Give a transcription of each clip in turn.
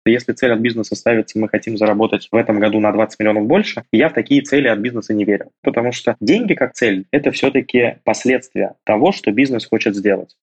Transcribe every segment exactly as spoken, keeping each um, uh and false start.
Если цель от бизнеса ставится, мы хотим заработать в этом году на двадцать миллионов больше, я в такие цели от бизнеса не верю. Потому что деньги как цель– это все-таки последствия того, что бизнес хочет сделать.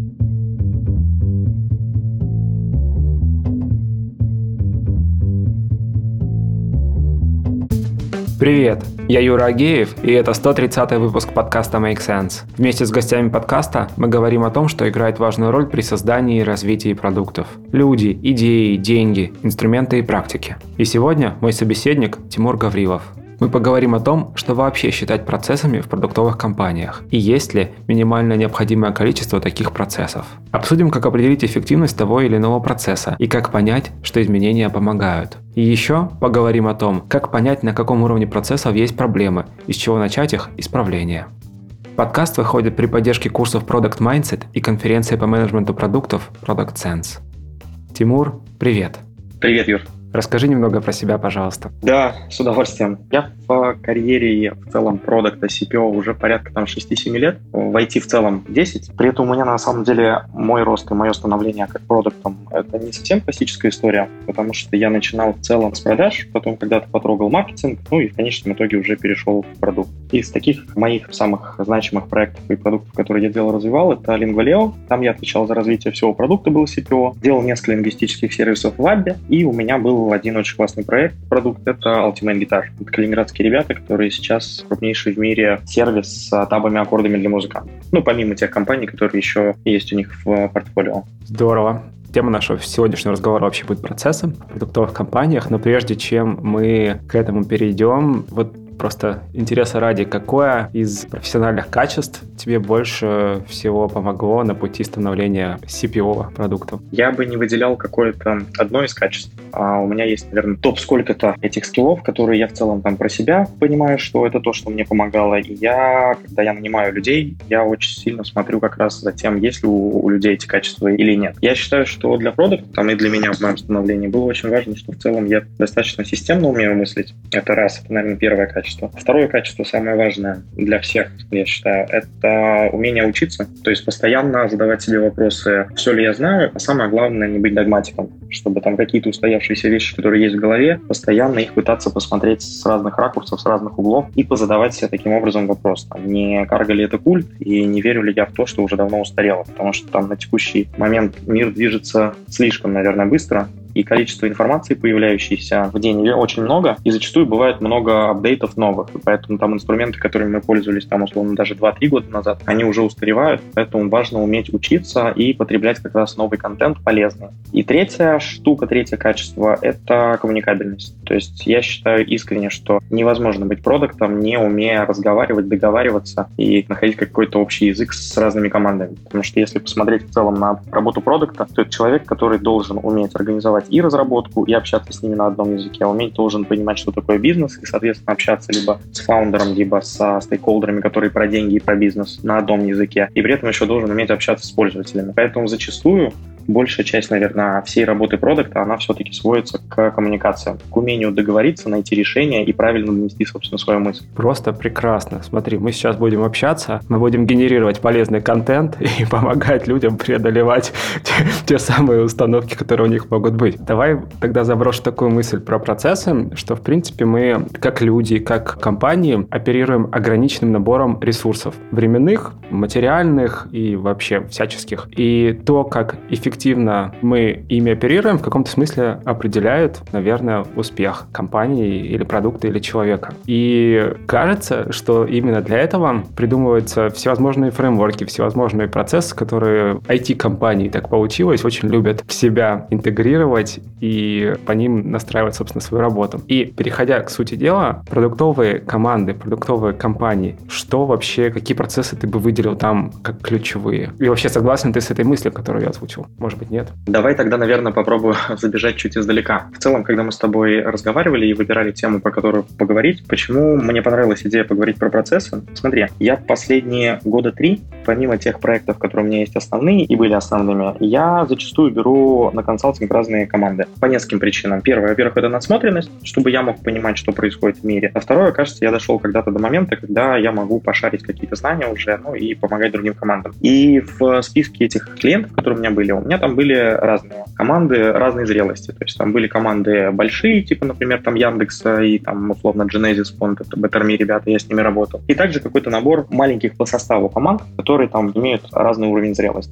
Привет, я Юра Агеев, и это сто тридцатый выпуск подкаста Make Sense. Вместе с гостями подкаста мы говорим о том, что играет важную роль при создании и развитии продуктов. Люди, идеи, деньги, инструменты и практики. И сегодня мой собеседник Тимур Гаврилов. Мы поговорим о том, что вообще считать процессами в продуктовых компаниях и есть ли минимально необходимое количество таких процессов. Обсудим, как определить эффективность того или иного процесса и как понять, что изменения помогают. И еще поговорим о том, как понять, на каком уровне процессов есть проблемы и с чего начать их исправление. Подкаст выходит при поддержке курсов Product Mindset и конференции по менеджменту продуктов Product Sense. Тимур, привет. Привет, Юр. Расскажи немного про себя, пожалуйста. Да, с удовольствием. Я в карьере в целом продукта си пи о уже порядка там шесть-семь лет, в ай ти в целом десять. При этом у меня на самом деле мой рост и мое становление как продуктом — это не совсем классическая история, потому что я начинал в целом с продаж, потом когда-то потрогал маркетинг, ну и в конечном итоге уже перешел в продукт. Из таких моих самых значимых проектов и продуктов, которые я делал, развивал, это Lingvaleo. Там я отвечал за развитие всего продукта, был си пи о, делал несколько лингвистических сервисов в вебе, и у меня был один очень классный проект, продукт — это Ultimate Guitar. Это калининградские ребята, которые сейчас крупнейший в мире сервис с табами, аккордами для музыкантов. Ну, помимо тех компаний, которые еще есть у них в портфолио. Здорово. Тема нашего сегодняшнего разговора вообще будет процессы в продуктовых компаниях, но прежде чем мы к этому перейдем, вот просто интереса ради, какое из профессиональных качеств тебе больше всего помогло на пути становления си пи о продуктов? Я бы не выделял какое-то одно из качеств. А у меня есть, наверное, топ сколько-то этих скиллов, которые я в целом там про себя понимаю, что это то, что мне помогало. И я, когда я нанимаю людей, я очень сильно смотрю как раз за тем, есть ли у, у людей эти качества или нет. Я считаю, что для продукта, там и для меня в моем становлении было очень важно, что в целом я достаточно системно умею мыслить. Это раз, это, наверное, первое качество. Второе качество, самое важное для всех, я считаю, это умение учиться. То есть постоянно задавать себе вопросы, все ли я знаю, а самое главное, не быть догматиком, чтобы там какие-то устоявшиеся вещи, которые есть в голове, постоянно их пытаться посмотреть с разных ракурсов, с разных углов и позадавать себе таким образом вопрос. Не карго ли это культ и не верю ли я в то, что уже давно устарело, потому что там на текущий момент мир движется слишком, наверное, быстро, и количество информации, появляющейся в день, очень много, и зачастую бывает много апдейтов новых, и поэтому там инструменты, которыми мы пользовались там, условно, даже два-три года назад, они уже устаревают, поэтому важно уметь учиться и потреблять как раз новый контент полезный. И третья штука, третье качество — это коммуникабельность. То есть я считаю искренне, что невозможно быть продуктом, не умея разговаривать, договариваться и находить какой-то общий язык с разными командами. Потому что если посмотреть в целом на работу продукта, то это человек, который должен уметь организовать и разработку, и общаться с ними на одном языке, а уметь должен понимать, что такое бизнес, и, соответственно, общаться либо с фаундером, либо со стейкхолдерами, которые про деньги и про бизнес на одном языке, и при этом еще должен уметь общаться с пользователями. Поэтому зачастую большая часть, наверное, всей работы продукта, она все-таки сводится к коммуникациям, к умению договориться, найти решение и правильно донести, собственно, свою мысль. Просто прекрасно. Смотри, мы сейчас будем общаться, мы будем генерировать полезный контент и помогать людям преодолевать те, те самые установки, которые у них могут быть. Давай тогда заброшу такую мысль про процессы, что, в принципе, мы, как люди, как компании, оперируем ограниченным набором ресурсов. Временных, материальных и вообще всяческих. И то, как эффективно Эффективно мы ими оперируем, в каком-то смысле определяет, наверное, успех компании или продукта, или человека. И кажется, что именно для этого придумываются всевозможные фреймворки, всевозможные процессы, которые ай ти-компании, так получилось, очень любят в себя интегрировать и по ним настраивать, собственно, свою работу. И переходя к сути дела, продуктовые команды, продуктовые компании, что вообще, какие процессы ты бы выделил там как ключевые? И вообще согласен ты с этой мыслью, которую я озвучил? Может быть, нет? Давай тогда, наверное, попробую забежать чуть издалека. В целом, когда мы с тобой разговаривали и выбирали тему, про которую поговорить, почему мне понравилась идея поговорить про процессы? Смотри, я последние года три, помимо тех проектов, которые у меня есть основные и были основными, я зачастую беру на консалтинг разные команды. По нескольким причинам. Первое, во-первых, это насмотренность, чтобы я мог понимать, что происходит в мире. А второе, кажется, я дошел когда-то до момента, когда я могу пошарить какие-то знания уже, ну и помогать другим командам. И в списке этих клиентов, которые у меня были, у меня меня там были разные команды, разной зрелости. То есть там были команды большие, типа, например, там Яндекса и там, условно, Genesis Font, это Better.me ребята, я с ними работал. И также какой-то набор маленьких по составу команд, которые там имеют разный уровень зрелости.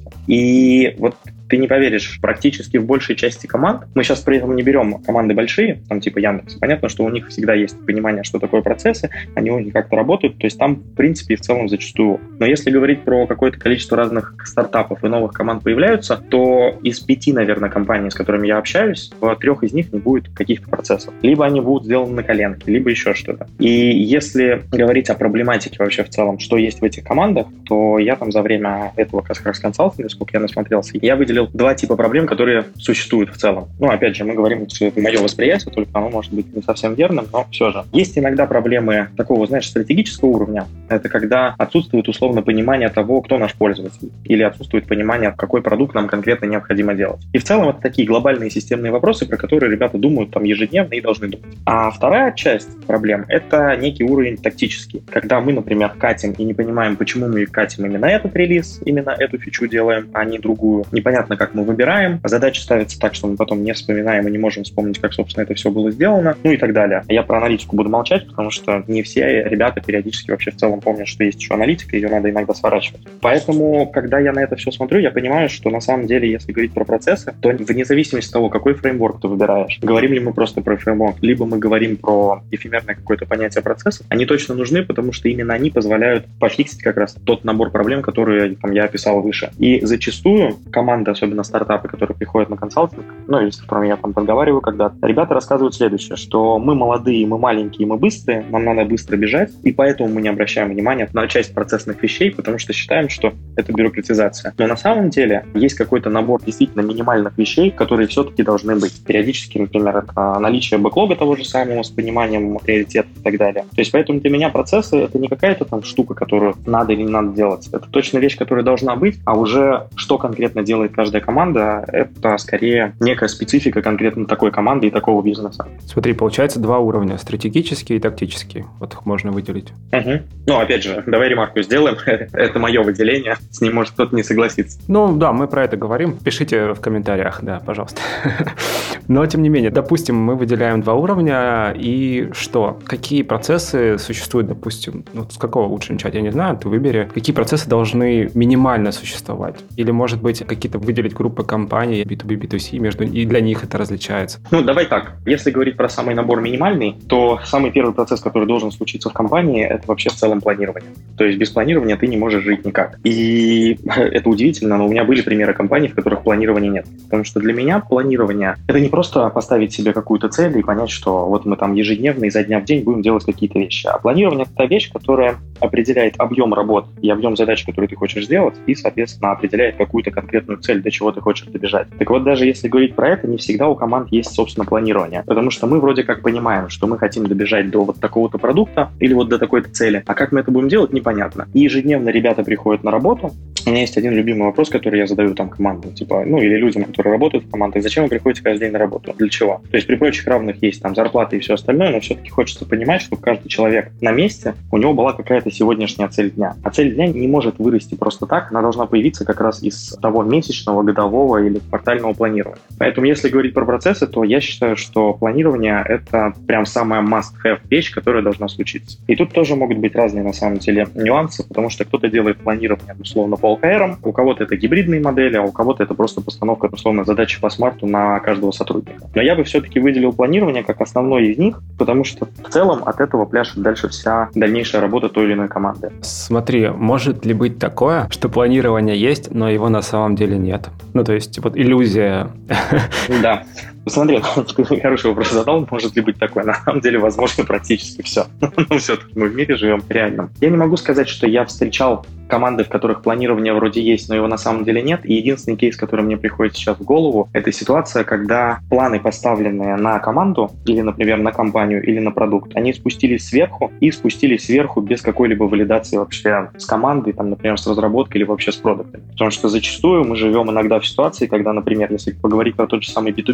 И вот ты не поверишь, практически в большей части команд, мы сейчас при этом не берем команды большие, там типа Яндекс, понятно, что у них всегда есть понимание, что такое процессы, они у них как-то работают, то есть там, в принципе, и в целом зачастую. Но если говорить про какое-то количество разных стартапов и новых команд появляются, то из пяти, наверное, компаний, с которыми я общаюсь, в трех из них не будет каких-то процессов. Либо они будут сделаны на коленке, либо еще что-то. И если говорить о проблематике вообще в целом, что есть в этих командах, то я там за время этого как раз консалтинга, сколько я насмотрелся, я выделил два типа проблем, которые существуют в целом. Ну, опять же, мы говорим, что это мое восприятие, только оно может быть не совсем верным, но все же. Есть иногда проблемы такого, знаешь, стратегического уровня. Это когда отсутствует условно понимание того, кто наш пользователь, или отсутствует понимание, какой продукт нам конкретно необходимо делать. И в целом это такие глобальные системные вопросы, про которые ребята думают там ежедневно и должны думать. А вторая часть проблем — это некий уровень тактический. Когда мы, например, катим и не понимаем, почему мы катим именно этот релиз, именно эту фичу делаем, а не другую. Непонятно, как мы выбираем. Задача ставится так, что мы потом не вспоминаем и не можем вспомнить, как, собственно, это все было сделано, ну и так далее. Я про аналитику буду молчать, потому что не все ребята периодически вообще в целом помнят, что есть еще аналитика, ее надо иногда сворачивать. Поэтому, когда я на это все смотрю, я понимаю, что на самом деле, если говорить про процессы, то вне зависимости от того, какой фреймворк ты выбираешь, говорим ли мы просто про фреймворк, либо мы говорим про эфемерное какое-то понятие процессов, они точно нужны, потому что именно они позволяют пофиксить как раз тот набор проблем, которые там, я описал выше. И зачастую команда, особенно стартапы, которые приходят на консалтинг, ну, или с которыми я там разговариваю когда-то, ребята рассказывают следующее, что мы молодые, мы маленькие, мы быстрые, нам надо быстро бежать, и поэтому мы не обращаем внимания на часть процессных вещей, потому что считаем, что это бюрократизация. Но на самом деле есть какой-то набор действительно минимальных вещей, которые все-таки должны быть. Периодически, например, это наличие бэклога того же самого с пониманием приоритетов и так далее. То есть поэтому для меня процессы — это не какая-то там штука, которую надо или не надо делать. Это точно вещь, которая должна быть, а уже что конкретно делает каждая команда, это скорее некая специфика конкретно такой команды и такого бизнеса. Смотри, получается два уровня: стратегический и тактический. Вот их можно выделить. Угу. Ну, опять же, давай ремарку сделаем. Это мое выделение. С ним может кто-то не согласиться. Ну, да, мы про это говорим. Пишите в комментариях, да, пожалуйста. Но, тем не менее, допустим, мы выделяем два уровня, и что? Какие процессы существуют, допустим? Ну, с какого лучше начать, я не знаю, ты выбери. Какие процессы должны минимально существовать? Или, может быть, какие-то выделить группы компаний би ту би, би ту си, между, и для них это различается? Ну, давай так. Если говорить про самый набор минимальный, то самый первый процесс, который должен случиться в компании, это вообще в целом планирование. То есть без планирования ты не можешь жить никак. И это удивительно, но у меня были примеры компаний, в которых планирования нет. Потому что для меня планирование — это не просто поставить себе какую-то цель и понять, что вот мы там ежедневно изо дня в день будем делать какие-то вещи. А планирование — это та вещь, которая определяет объем работ и объем задач, которые ты хочешь сделать, и, соответственно, определяет какую-то конкретную цель, до чего ты хочешь добежать. Так вот, даже если говорить про это, не всегда у команд есть, собственно, планирование. Потому что мы вроде как понимаем, что мы хотим добежать до вот такого-то продукта или вот до такой-то цели. А как мы это будем делать, непонятно. И ежедневно ребята приходят на работу. У меня есть один любимый вопрос, который я задаю там командам, типа, ну, или людям, которые работают в командах: зачем вы приходите каждый день на работу? Для чего? То есть при прочих равных есть там зарплаты и все остальное, но все-таки хочется понимать, что каждый человек на месте, у него была какая-то сегодняшняя цель дня. А цель дня не может вырасти просто так, она должна появиться как раз из того месячного, годового или квартального планирования. Поэтому если говорить про процессы, то я считаю, что планирование — это прям самая must-have вещь, которая должна случиться. И тут тоже могут быть разные, на самом деле, нюансы, потому что кто-то делает планирование, условно, по эл ка эр, у кого-то это гибридные модели, а у кого-то это просто постановка, условно, задачи по смарту на каждого сотрудника. Но я бы все-таки выделил планирование как основной из них, потому что в целом от этого пляшет дальше вся дальнейшая работа той или иной команды. Смотри, может ли быть такое, что планирование есть, но его на самом деле нет? Ну, то есть, вот иллюзия. Да. Смотри, хороший вопрос задал, может ли быть такое. На самом деле, возможно, практически все. Но все-таки мы в мире живем реальном. Я не могу сказать, что я встречал команды, в которых планирование вроде есть, но его на самом деле нет. И единственный кейс, который мне приходит сейчас в голову, это ситуация, когда планы, поставленные на команду, или, например, на компанию, или на продукт, они спустились сверху и спустились сверху без какой-либо валидации вообще с командой, там, например, с разработкой или вообще с продуктами. Потому что зачастую мы живем иногда в ситуации, когда, например, если поговорить про тот же самый би ту би бизнес,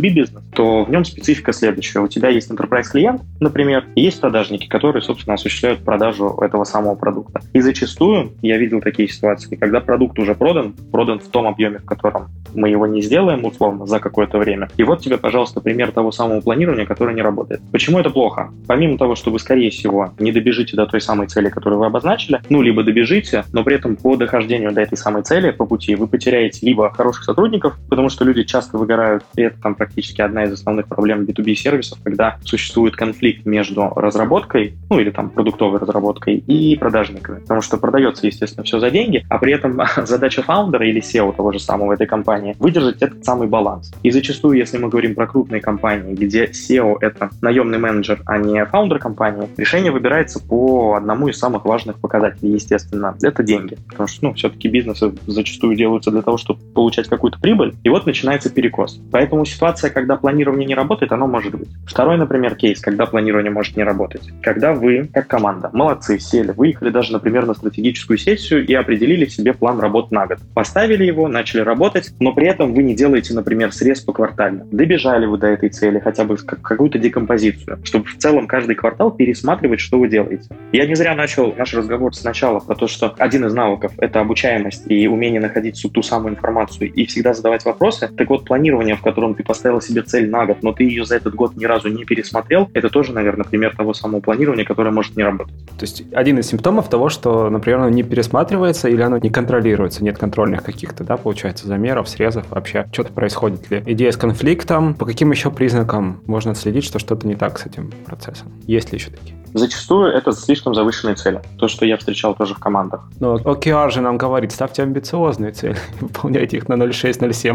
продукта, то в нем специфика следующая. У тебя есть enterprise клиент, например, и есть продажники, которые, собственно, осуществляют продажу этого самого продукта. И зачастую я видел такие ситуации, когда продукт уже продан, продан в том объеме, в котором мы его не сделаем, условно, за какое-то время. И вот тебе, пожалуйста, пример того самого планирования, которое не работает. Почему это плохо? Помимо того, что вы, скорее всего, не добежите до той самой цели, которую вы обозначили, ну, либо добежите, но при этом по дохождению до этой самой цели, по пути, вы потеряете либо хороших сотрудников, потому что люди часто выгорают, и это там практически одна из основных проблем би ту би сервисов, когда существует конфликт между разработкой, ну, или там продуктовой разработкой и продажниками, потому что продается, естественно, все за деньги, а при этом задача фаундера или сео того же самого этой компании выдержать этот самый баланс. И зачастую, если мы говорим про крупные компании, где сео — это наемный менеджер, а не фаундер компании, решение выбирается по одному из самых важных показателей, естественно, это деньги. Потому что, ну, все-таки бизнесы зачастую делаются для того, чтобы получать какую-то прибыль, и вот начинается перекос. Поэтому ситуация, когда планирование не работает, оно может быть. Второй, например, кейс, когда планирование может не работать. Когда вы, как команда, молодцы, сели, выехали даже, например, на стратегическую сессию и определили себе план работ на год. Поставили его, начали работать, но при этом вы не делаете, например, срез поквартально. Добежали вы до этой цели, хотя бы какую-то декомпозицию, чтобы в целом каждый квартал пересматривать, что вы делаете. Я не зря начал наш разговор сначала про то, что один из навыков — это обучаемость и умение находить всю ту самую информацию и всегда задавать вопросы. Так вот, планирование, в котором ты поставил себе цель на год, но ты ее за этот год ни разу не пересмотрел, это тоже, наверное, пример того самого планирования, которое может не работать. То есть один из симптомов того, что, например, оно не пересматривается или оно не контролируется, нет контрольных каких-то, да, получается, замеров, срезов, вообще что-то происходит ли. Идея с конфликтом, по каким еще признакам можно отследить, что что-то не так с этим процессом? Есть ли еще такие? Зачастую это слишком завышенные цели. То, что я встречал тоже в командах. Но о кей ар же нам говорит, ставьте амбициозные цели, выполняйте их на ноль целых шесть - ноль целых семь.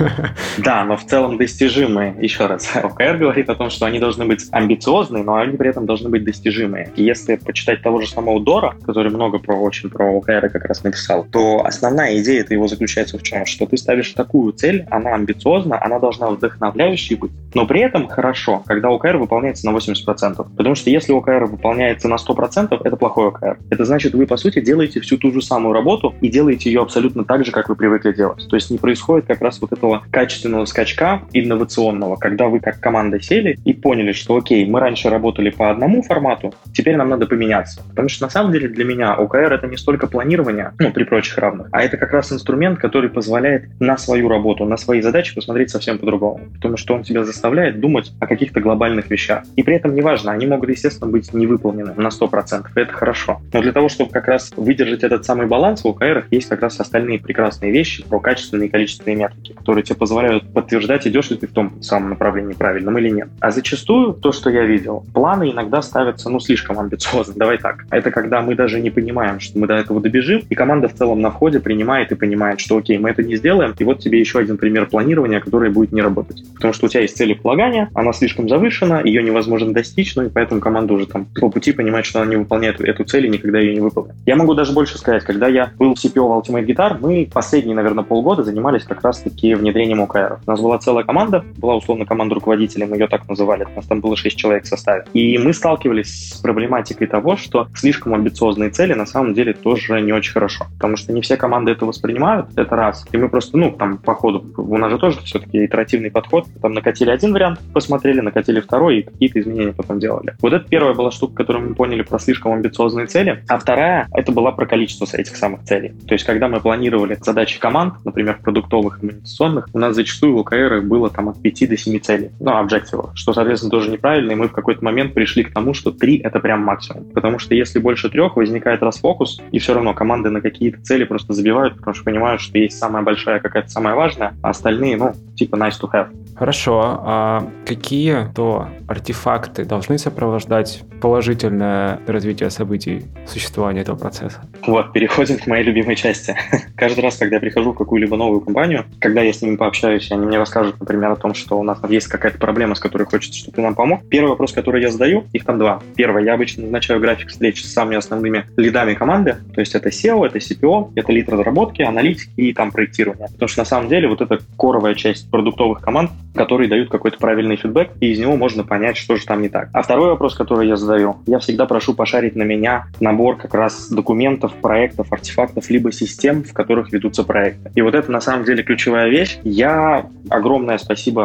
Да, но в целом достижимые. Еще раз, о кей ар говорит о том, что они должны быть амбициозные, но они при этом должны быть достижимые. И если почитать того же самого Дора, который много про, очень про о кей ар как раз написал, то основная идея это его заключается в чем? Что ты ставишь такую цель, она амбициозна, она должна вдохновляющей быть, но при этом хорошо, когда о кей ар выполняется на восемьдесят процентов. Потому что если о кей ар выполняется на сто процентов, это плохой о кей ар. Это значит, вы, по сути, делаете всю ту же самую работу и делаете ее абсолютно так же, как вы привыкли делать. То есть не происходит как раз вот этого качественного скачка инновационного, когда вы как команда сели и поняли, что окей, мы раньше работали по одному формату, теперь нам надо поменяться. Потому что на самом деле для меня о кей ар это не столько планирование, ну, при прочих равных, а это как раз инструмент, который позволяет на свою работу, на свои задачи посмотреть совсем по-другому. Потому что он тебя заставляет думать о каких-то глобальных вещах. И при этом неважно, они могут, естественно, быть не выполнены на сто процентов, и это хорошо. Но для того, чтобы как раз выдержать этот самый баланс, в о кей ар есть как раз остальные прекрасные вещи про качественные и количественные метрики, которые тебе позволяют подтверждать, идешь ли ты в том самом направлении правильном или нет. А зачастую, то, что я видел, планы иногда ставятся, ну, слишком амбициозно, давай так. Это когда мы даже не понимаем, что мы до этого добежим, и команда в целом на входе принимает и понимает, что окей, мы это не сделаем, и вот тебе еще один пример планирования, который будет не работать. Потому что у тебя есть целеполагание, она слишком завышена, ее невозможно достичь, ну и поэтому команда уже там по пути понимает, что она не выполняет эту цель и никогда ее не выполнит. Я могу даже больше сказать, когда я был си пи о в Ultimate Guitar, мы последние, наверное, полгода занимались как раз-таки внедрением о кей ар. У нас была целая команда, была условно команда руководителей, мы ее так называли, у нас там было шесть человек в составе. И мы сталкивались с проблематикой того, что слишком амбициозные цели на самом деле тоже не очень хорошо, потому что не все команды это воспринимают, это раз. И мы просто, ну, там, по ходу, у нас же тоже все-таки итеративный подход, там накатили один вариант, посмотрели, накатили второй и какие-то изменения потом делали. Вот это первая была штука, которую мы поняли про слишком амбициозные цели, а вторая, это была про количество этих самых целей. То есть, когда мы планировали задачи команд, например, продуктовых и монетизационных, у нас зачастую в о кей ар было там от пяти до семи целей, ну, объективов, что, соответственно, тоже неправильно, и мы в какой-то момент пришли к тому, что три — это прям максимум. Потому что если больше трех, возникает расфокус, и все равно команды на какие-то цели просто забивают, потому что понимают, что есть самая большая, какая-то самая важная, а остальные, ну, типа nice to have. Хорошо. А какие то артефакты должны сопровождать положительное развитие событий существования этого процесса? Вот, переходим к моей любимой части. Каждый раз, когда я прихожу в какую-либо новую компанию, когда я с ними пообщаюсь, они мне расскажут, например, о том, что у нас есть какая-то проблема, с которой хочется, чтобы ты нам помог. Первый вопрос, который я задаю, их там два. Первый, я обычно назначаю график встреч с самыми основными лидами команды, то есть это сео, это си пи о, это лид разработки, аналитики и там проектирование. Потому что на самом деле вот это коровая часть продуктовых команд, которые дают какой-то правильный фидбэк, и из него можно понять, что же там не так. А второй вопрос, который я задаю, я всегда прошу пошарить на меня набор как раз документов, проектов, артефактов, либо систем, в которых ведутся проекты. И вот это на самом деле ключевая вещь. Я огромное спасибо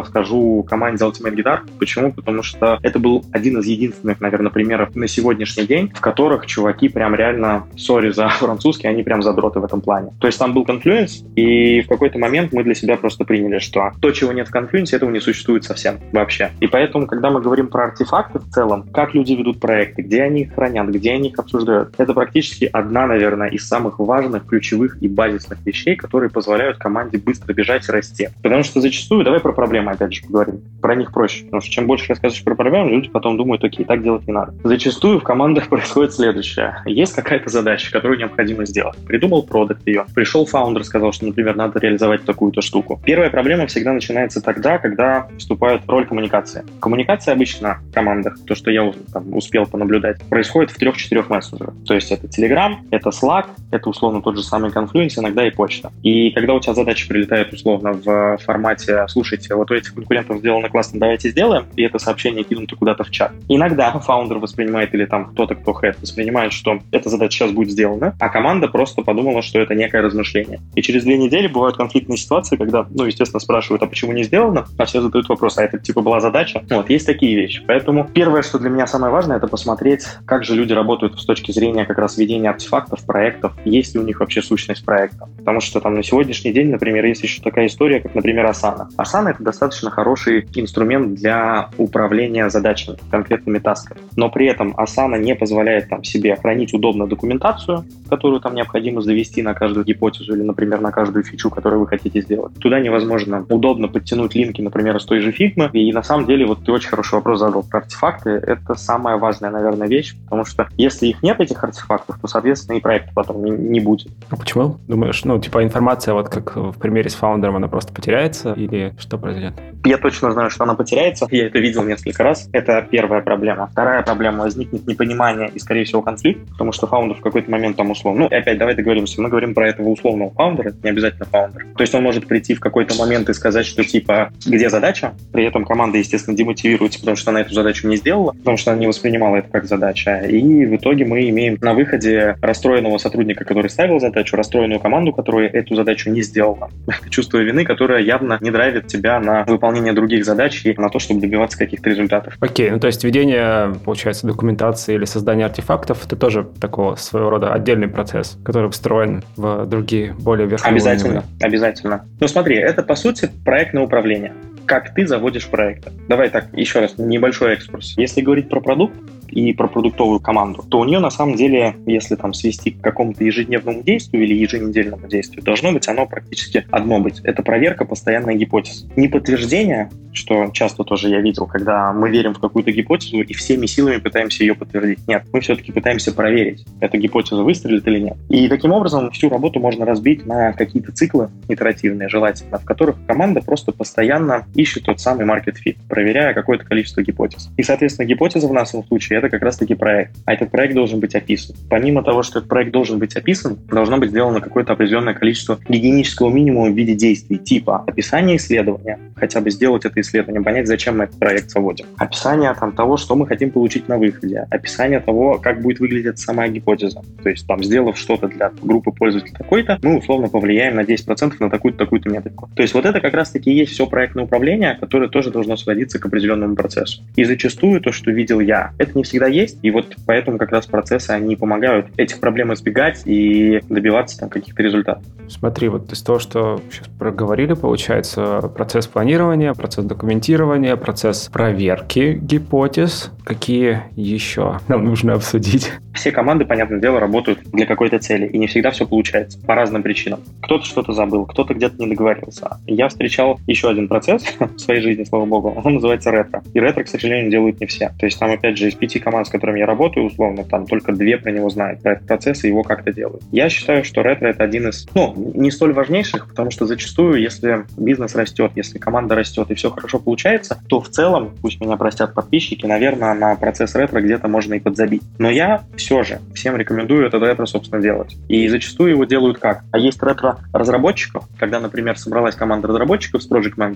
скажу команде Ultimate Guitar. Почему? Потому что это был один из единственных, наверное, примеров на сегодняшний день, в которых чуваки прям реально, сори за французский, они прям задроты в этом плане. То есть там был Confluence, и в какой-то момент мы для себя просто приняли, что то, чего нет в Confluence, этого не существует совсем вообще. И поэтому, когда мы говорим про артефакты в целом, как люди ведут проекты, где они их хранят, где они их обсуждают, это практически одна, наверное, из самых важных, ключевых и базисных вещей, которые позволяют команде быстро бежать и расти. Потому что зачастую, давай про проблемы опять же поговорим, про них проще, потому что чем больше рассказываешь про проблемы, люди потом думают, окей, так делать не надо. Зачастую в командах происходит следующее. Есть какая-то задача, которую необходимо сделать. Придумал продукт ее, пришел фаундер, сказал, что, например, надо реализовать такую-то штуку. Первая проблема всегда начинается тогда, когда вступает в роль коммуникации. Коммуникация обычно в командах, то, что я там, успел понаблюдать, происходит в трех-четырех мессенджерах. То есть это Telegram, это Slack, это условно тот же самый Confluence, иногда и почта. И когда у тебя задача прилетает условно в формате «слушайте, вот у этих конкурентов сделано классно, давайте сделаем», и это сообщение кинуто куда-то в чат. Иногда фаундер воспринимает или там кто-то, кто хэт, воспринимает, что эта задача сейчас будет сделана, а команда просто подумала, что это некое размышление. И через две недели бывают конфликтные ситуации, когда, ну, естественно, спрашивают, а почему не сделано? А все задают вопрос, а это типа была задача? Вот, есть такие вещи. Поэтому первое, что для меня самое важное, это посмотреть, как же люди работают с точки зрения как раз ведения артефактов, проектов, есть ли у них вообще сущность проекта. Потому что там на сегодняшний день, например, есть еще такая история, как, например, Asana. Asana — это достаточно хороший инструмент для управления задачами, конкретными тасками. Но при этом Asana не позволяет там себе хранить удобно документацию, которую там необходимо завести на каждую гипотезу или, например, на каждую фичу, которую вы хотите сделать. Туда невозможно удобно подтянуть линки, например, из той же Figma. И на самом деле, вот ты очень хороший вопрос задал про артефакты. Это самая важная, наверное, вещь, потому что если их нет, этих артефактов, то, соответственно, и проекта потом не, не будет. А почему? Думаешь, ну, типа информация, вот как в примере с фаундером, она просто потеряется или что произойдет? Я точно знаю, что она потеряется. Я это видел несколько раз. Это первая проблема. Вторая проблема — возникнет непонимание и, скорее всего, конфликт, потому что фаундер в какой-то момент там условно... Ну, опять, давай договоримся. Мы говорим про этого условного фаундера, не обязательно фаундер. То есть он может прийти в какой-то момент и сказать, что типа, где задача? При этом команда, естественно, демотивируется, потому что она эту задачу не сделала, потому что она не воспринимала это как задача. И в итоге мы имеем на выходе расстроенного сотрудника, который ставил задачу, расстроенную команду, которая эту задачу не сделала. Это чувство вины, которое явно не драйвит тебя на выполнение других задач и на то, чтобы добиваться каких-то результатов. Окей, ну то есть ведение, получается, документации или создание артефактов — это тоже такого своего рода отдельный процесс, который встроен в другие более верхние уровни. Обязательно, обязательно. Ну смотри, это по сути проектное управление. Как ты заводишь проекты. Давай так, еще раз, небольшой экскурс. Если говорить про продукт и про продуктовую команду, то у нее на самом деле, если там свести к какому-то ежедневному действию или еженедельному действию, должно быть оно практически одно быть. Это проверка постоянной гипотезы. Не подтверждение, что часто тоже я видел, когда мы верим в какую-то гипотезу и всеми силами пытаемся ее подтвердить. Нет, мы все-таки пытаемся проверить, эта гипотеза выстрелит или нет. И таким образом всю работу можно разбить на какие-то циклы итеративные, желательно, в которых команда просто постоянно ищет тот самый market fit, проверяя какое-то количество гипотез. И, соответственно, гипотеза в нашем случае — это как раз-таки проект. А этот проект должен быть описан. Помимо того, что этот проект должен быть описан, должно быть сделано какое-то определенное количество гигиенического минимума в виде действий, типа описание исследования, хотя бы сделать это исследование, понять, зачем мы этот проект заводим. Описание там, того, что мы хотим получить на выходе. Описание того, как будет выглядеть сама гипотеза. То есть, там, сделав что-то для группы пользователей такой-то, мы условно повлияем на десять процентов на такую-то, такую-то метрику. То есть, вот это как раз-таки и есть все проектное управление, которое тоже должно сводиться к определенному процессу. И зачастую то, что видел я, это не всегда есть, и вот поэтому как раз процессы, они помогают этих проблем избегать и добиваться там каких-то результатов. Смотри, вот из того, что сейчас проговорили, получается процесс планирования, процесс документирования, процесс проверки гипотез. Какие еще нам нужно обсудить? Все команды, понятное дело, работают для какой-то цели, и не всегда все получается по разным причинам. Кто-то что-то забыл, кто-то где-то не договорился. Я встречал еще один процесс в своей жизни, слава богу, он называется ретро. И ретро, к сожалению, делают не все. То есть там, опять же, из пяти команд, с которыми я работаю, условно, там только две про него знают, про этот процесс и его как-то делают. Я считаю, что ретро — это один из, ну, не столь важнейших, потому что зачастую, если бизнес растет, если команда растет и все хорошо получается, то в целом, пусть меня простят подписчики, наверное, на процесс ретро где-то можно и подзабить. Но я все же всем рекомендую этот ретро, собственно, делать. И зачастую его делают как? А есть ретро разработчиков, когда, например, собралась команда разработчиков с проект-менеджером, и они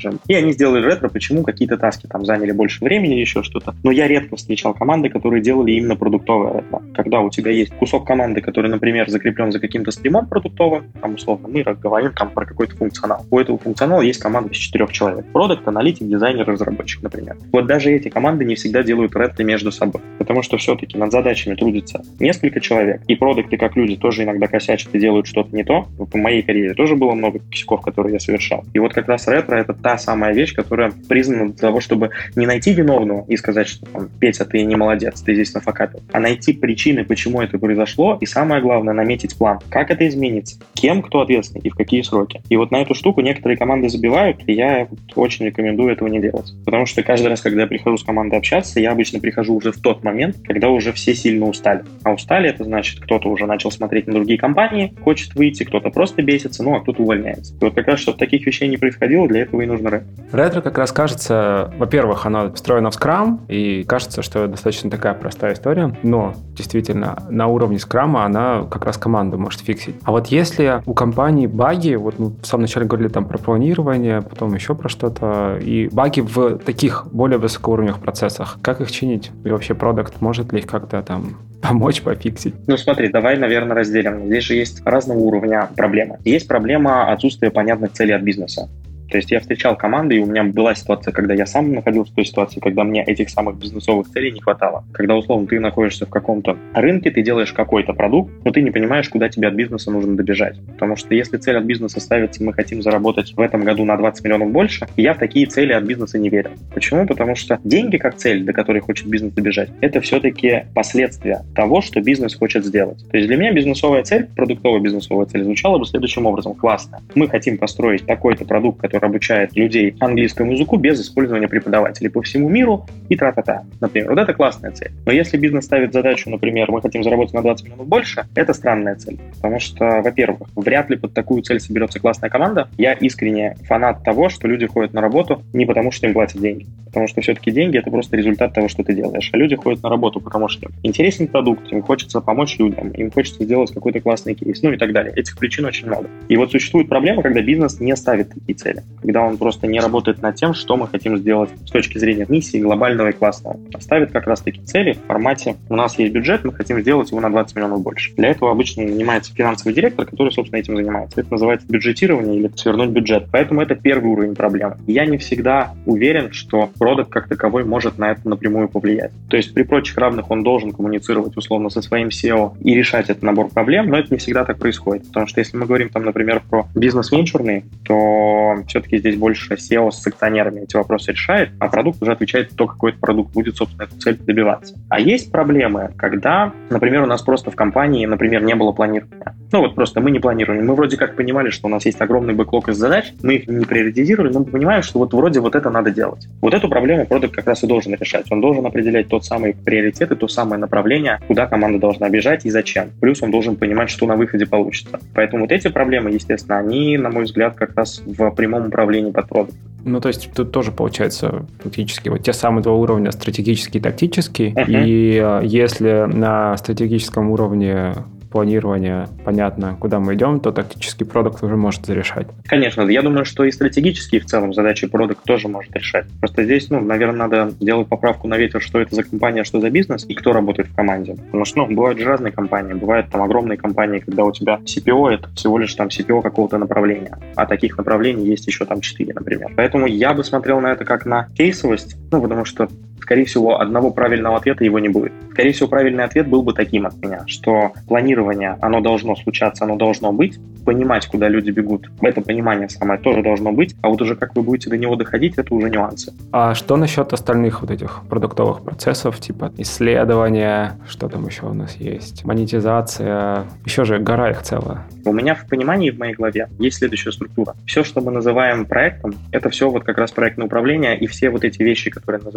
они сделали ретро, почему какие-то таски там заняли больше времени или еще что-то. Но я редко встречал команды, которые делали именно продуктовое ретро. Когда у тебя есть кусок команды, который, например, закреплен за каким-то стримом продуктовым, там, условно, мы говорим там про какой-то функционал. У этого функционала есть команда из четырех человек. Продакт, аналитик, дизайнер, разработчик, например. Вот даже эти команды не всегда делают ретро между собой, потому что все-таки над задачами трудится несколько человек, и продукты, как люди, тоже иногда косячат и делают что-то не то. Вот в моей карьере тоже было много косяков, которые я совершал. И вот как раз ретро — это та самая вещь, которая признана для того, чтобы не найти виновного и сказать, что там, Петя, ты не молодец, ты здесь нафакапил, а найти причины, почему это произошло, и самое главное, наметить план, как это изменится, кем кто ответственный и в какие сроки. И вот на эту штуку некоторые команды забивают, и я очень рекомендую этого не делать. Потому что каждый раз, когда я прихожу с командой общаться, я обычно прихожу уже в тот момент, когда уже все сильно устали. А устали — это значит, кто-то уже начал смотреть на другие компании, хочет выйти, кто-то просто бесится, ну а кто-то увольняется. И вот как раз, чтобы таких вещей не происходило, для этого и нужно ретро. Ретро как раз кажется, во-первых, оно встроено в Scrum, и кажется, что это достаточно такая простая история, но действительно на уровне Scrum она как раз команду может фиксить. А вот если у компании баги, вот мы в самом начале говорили там про планирование, потом еще про что-то, и баги в таких более высокоуровневых процессах, как их чинить? И вообще продакт может ли их как-то там помочь, пофиксить? Ну смотри, давай, наверное, разделим. Здесь же есть разного уровня проблемы. Есть проблема отсутствия понятных целей от бизнеса. То есть я встречал команды, и у меня была ситуация, когда я сам находился в той ситуации, когда мне этих самых бизнесовых целей не хватало. Когда, условно, ты находишься в каком-то рынке, ты делаешь какой-то продукт, но ты не понимаешь, куда тебе от бизнеса нужно добежать. Потому что если цель от бизнеса ставится, мы хотим заработать в этом году на двадцать миллионов больше, я в такие цели от бизнеса не верю. Почему? Потому что деньги как цель, до которой хочет бизнес добежать, это все-таки последствия того, что бизнес хочет сделать. То есть для меня бизнесовая цель, продуктовая бизнесовая цель звучала бы следующим образом. Классно. Мы хотим построить такой-то продукт, который обучает людей английскому языку без использования преподавателей по всему миру и тра-та-та. Например, вот это классная цель. Но если бизнес ставит задачу, например, мы хотим заработать на двадцать миллионов больше, это странная цель. Потому что, во-первых, вряд ли под такую цель соберется классная команда. Я искренне фанат того, что люди ходят на работу не потому, что им платят деньги. Потому что все-таки деньги — это просто результат того, что ты делаешь. А люди ходят на работу, потому что интересен продукт, им хочется помочь людям, им хочется сделать какой-то классный кейс, ну и так далее. Этих причин очень много. И вот существует проблема, когда бизнес не ставит такие цели. Когда он просто не работает над тем, что мы хотим сделать с точки зрения миссии глобального и классного. А ставит как раз таки цели в формате: у нас есть бюджет, мы хотим сделать его на двадцать миллионов больше. Для этого обычно занимается финансовый директор, который, собственно, этим занимается. Это называется бюджетирование или свернуть бюджет. Поэтому это первый уровень проблемы. Я не всегда уверен, что продакт как таковой может на это напрямую повлиять. То есть при прочих равных он должен коммуницировать условно со своим си и о и решать этот набор проблем, но это не всегда так происходит. Потому что если мы говорим там, например, про бизнес-венчурный, то все-таки здесь больше си и о с акционерами эти вопросы решает, а продукт уже отвечает, кто какой то продукт будет, собственно, эту цель добиваться. А есть проблемы, когда, например, у нас просто в компании, например, не было планирования. Ну вот просто мы не планировали. Мы вроде как понимали, что у нас есть огромный бэклог из задач, мы их не приоритизировали, но мы понимаем, что вот вроде вот это надо делать. Вот эту проблему продукт как раз и должен решать. Он должен определять тот самый приоритет и то самое направление, куда команда должна бежать и зачем. Плюс он должен понимать, что на выходе получится. Поэтому вот эти проблемы, естественно, они, на мой взгляд, как раз в прямом управлении под продукт. Ну, то есть тут тоже получается фактически вот те самые два уровня: стратегический и тактический. Uh-huh. И э, если на стратегическом уровне планирования понятно, куда мы идем, то тактический продукт уже может зарешать. Конечно, я думаю, что и стратегические в целом задачи продукт тоже может решать. Просто здесь, ну, наверное, надо сделать поправку на ветер, что это за компания, что за бизнес и кто работает в команде. Потому что, ну, бывают же разные компании. Бывают там огромные компании, когда у тебя си пи о — это всего лишь там си пи о какого-то направления. А таких направлений есть еще там четыре, например. Поэтому я бы смотрел на это как на кейсовость, ну, потому что, скорее всего, одного правильного ответа его не будет. Скорее всего, правильный ответ был бы таким от меня, что планирование, оно должно случаться, оно должно быть, понимать, куда люди бегут, это понимание самое тоже должно быть, а вот уже как вы будете до него доходить, это уже нюансы. А что насчет остальных вот этих продуктовых процессов, типа исследования, что там еще у нас есть, монетизация, еще же гора их целая? У меня в понимании, в моей голове, есть следующая структура. Все, что мы называем проектом, это все вот как раз проектное управление, и все вот эти вещи, которые называются исследования,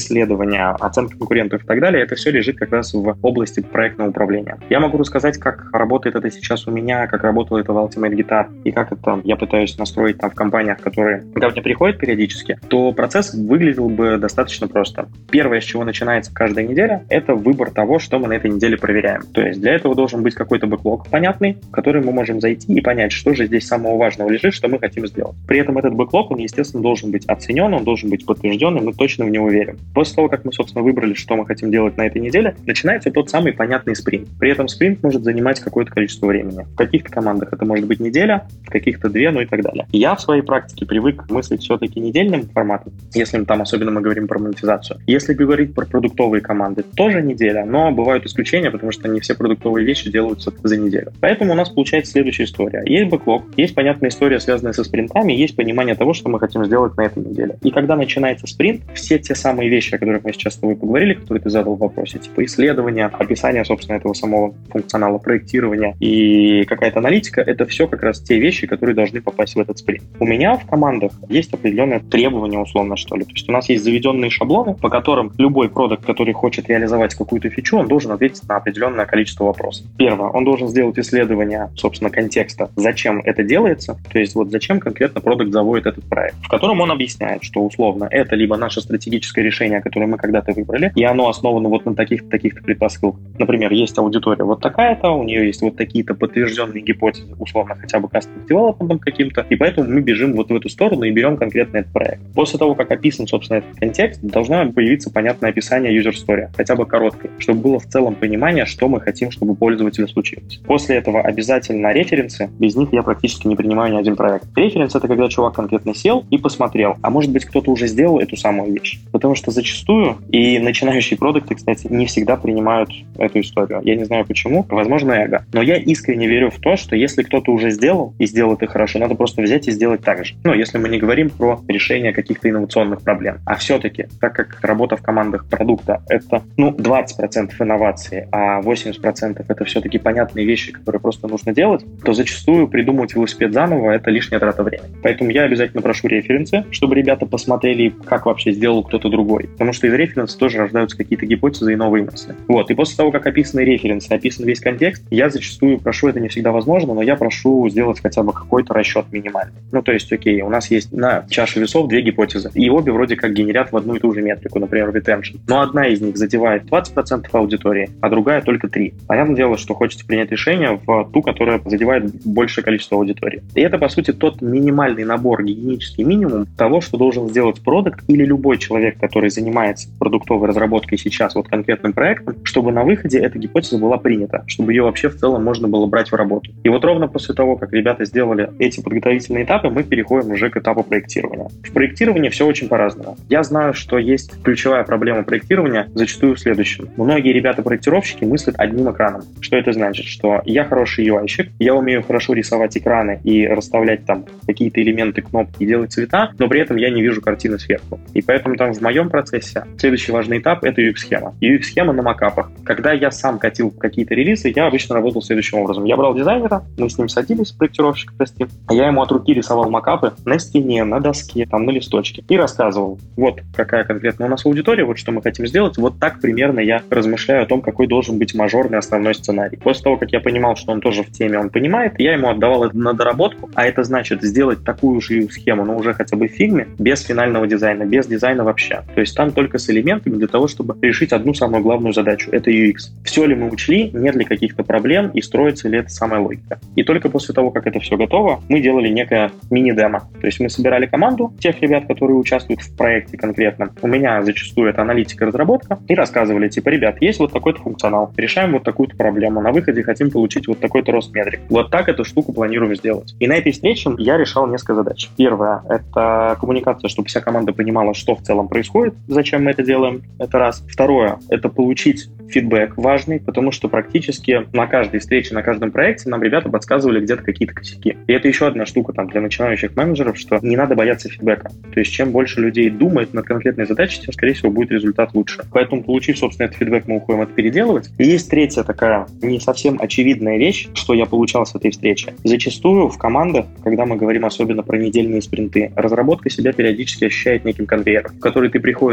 исследования, оценка конкурентов и так далее, это все лежит как раз в области проектного управления. Я могу рассказать, как работает это сейчас у меня, как работало это в Ultimate Guitar, и как это я пытаюсь настроить там в компаниях, которые ко мне приходят периодически, то процесс выглядел бы достаточно просто. Первое, с чего начинается каждая неделя, это выбор того, что мы на этой неделе проверяем. То есть для этого должен быть какой-то бэклог понятный, в который мы можем зайти и понять, что же здесь самого важного лежит, что мы хотим сделать. При этом этот бэклог, он, естественно, должен быть оценен, он должен быть подтвержден, и мы точно в него верим. После того, как мы, собственно, выбрали, что мы хотим делать на этой неделе, начинается тот самый понятный спринт. При этом спринт может занимать какое-то количество времени. В каких-то командах это может быть неделя, в каких-то две, ну и так далее. Я в своей практике привык мыслить все-таки недельным форматом, если там особенно мы говорим про монетизацию. Если говорить про продуктовые команды, тоже неделя, но бывают исключения, потому что не все продуктовые вещи делаются за неделю. Поэтому у нас получается следующая история. Есть бэклог, есть понятная история, связанная со спринтами, есть понимание того, что мы хотим сделать на этой неделе. И когда начинается спринт, все те самые вещи, о которых мы сейчас с тобой поговорили, которые ты задал в вопросе, типа исследования, описание, собственно, этого самого функционала, проектирования и какая-то аналитика, это все как раз те вещи, которые должны попасть в этот спринт. У меня в командах есть определенные требования, условно, что ли. То есть у нас есть заведенные шаблоны, по которым любой продукт, который хочет реализовать какую-то фичу, он должен ответить на определенное количество вопросов. Первое, он должен сделать исследование, собственно, контекста, зачем это делается, то есть вот зачем конкретно продукт заводит этот проект, в котором он объясняет, что условно это либо наше стратегическое решение, которое мы когда-то выбрали, и оно основано вот на таких-то, таких-то предпосылках. Например, есть аудитория вот такая-то, у нее есть вот такие-то подтвержденные гипотезы, условно, хотя бы custom development каким-то, и поэтому мы бежим вот в эту сторону и берем конкретно этот проект. После того, как описан, собственно, этот контекст, должно появиться понятное описание user story, хотя бы короткое, чтобы было в целом понимание, что мы хотим, чтобы у пользователя случилось. После этого обязательно референсы, без них я практически не принимаю ни один проект. Референс — это когда чувак конкретно сел и посмотрел, а может быть кто-то уже сделал эту самую вещь. Потому что зачастую, и начинающие продукты, кстати, не всегда принимают эту историю. Я не знаю почему, возможно, эго. Но я искренне верю в то, что если кто-то уже сделал и сделал это хорошо, надо просто взять и сделать так же. Ну, если мы не говорим про решение каких-то инновационных проблем. А все-таки, так как работа в командах продукта — это, ну, двадцать процентов инноваций, а восемьдесят процентов это все-таки понятные вещи, которые просто нужно делать, то зачастую придумывать велосипед заново — это лишняя трата времени. Поэтому я обязательно прошу референсы, чтобы ребята посмотрели, как вообще сделал кто-то другой. Потому что из референса тоже рождаются какие-то гипотезы и новые мысли. Вот. И после того, как описаны референсы, описан весь контекст, я зачастую прошу, это не всегда возможно, но я прошу сделать хотя бы какой-то расчет минимальный. Ну, то есть, окей, у нас есть на чаше весов две гипотезы, и обе вроде как генерят в одну и ту же метрику, например, retention. Но одна из них задевает двадцать процентов аудитории, а другая только три процента. Понятное дело, что хочется принять решение в ту, которая задевает большее количество аудитории. И это, по сути, тот минимальный набор, гигиенический минимум того, что должен сделать продукт или любой человек, который занимается продуктовой разработкой сейчас, вот конкретным проектом, чтобы на выходе эта гипотеза была принята, чтобы ее вообще в целом можно было брать в работу. И вот ровно после того, как ребята сделали эти подготовительные этапы, мы переходим уже к этапу проектирования. В проектировании все очень по-разному. Я знаю, что есть ключевая проблема проектирования зачастую в следующем. Многие ребята-проектировщики мыслят одним экраном. Что это значит? Что я хороший ю ай-щик, я умею хорошо рисовать экраны и расставлять там какие-то элементы, кнопки и делать цвета, но при этом я не вижу картины сверху. И поэтому там в моем процессе следующий важный этап — это ю экс-схема. ю экс-схема на макапах. Когда я сам катил какие-то релизы, я обычно работал следующим образом. Я брал дизайнера, мы с ним садились, проектировщик, прости, а я ему от руки рисовал макапы на стене, на доске, там, на листочке и рассказывал, вот какая конкретно у нас аудитория, вот что мы хотим сделать, вот так примерно я размышляю о том, какой должен быть мажорный основной сценарий. После того, как я понимал, что он тоже в теме, он понимает, я ему отдавал это на доработку, а это значит сделать такую же схему, но уже хотя бы в фигме, без финального дизайна, без дизайна вообще. То есть там только с элементами для того, чтобы решить одну самую главную задачу, это ю экс. Все ли мы учли, нет ли каких-то проблем и строится ли это самая логика. И только после того, как это все готово, мы делали некое мини-демо. То есть мы собирали команду тех ребят, которые участвуют в проекте конкретно. У меня зачастую это аналитика, разработка, и рассказывали, типа, ребят, есть вот такой-то функционал, решаем вот такую-то проблему, на выходе хотим получить вот такой-то рост метрик. Вот так эту штуку планируем сделать. И на этой встрече я решал несколько задач. Первое — это коммуникация, чтобы вся команда понимала, что в целом происходит, зачем мы это делаем, это раз. Второе — это получить фидбэк важный, потому что практически на каждой встрече, на каждом проекте нам ребята подсказывали где-то какие-то косяки. И это еще одна штука там для начинающих менеджеров, что не надо бояться фидбэка. То есть чем больше людей думает над конкретной задачей, тем, скорее всего, будет результат лучше. Поэтому, получив, собственно, этот фидбэк, мы уходим это переделывать. И есть третья такая не совсем очевидная вещь, что я получал с этой встречи. Зачастую в командах, когда мы говорим особенно про недельные спринты, разработка себя периодически ощущает неким конвейером, в который ты приходишь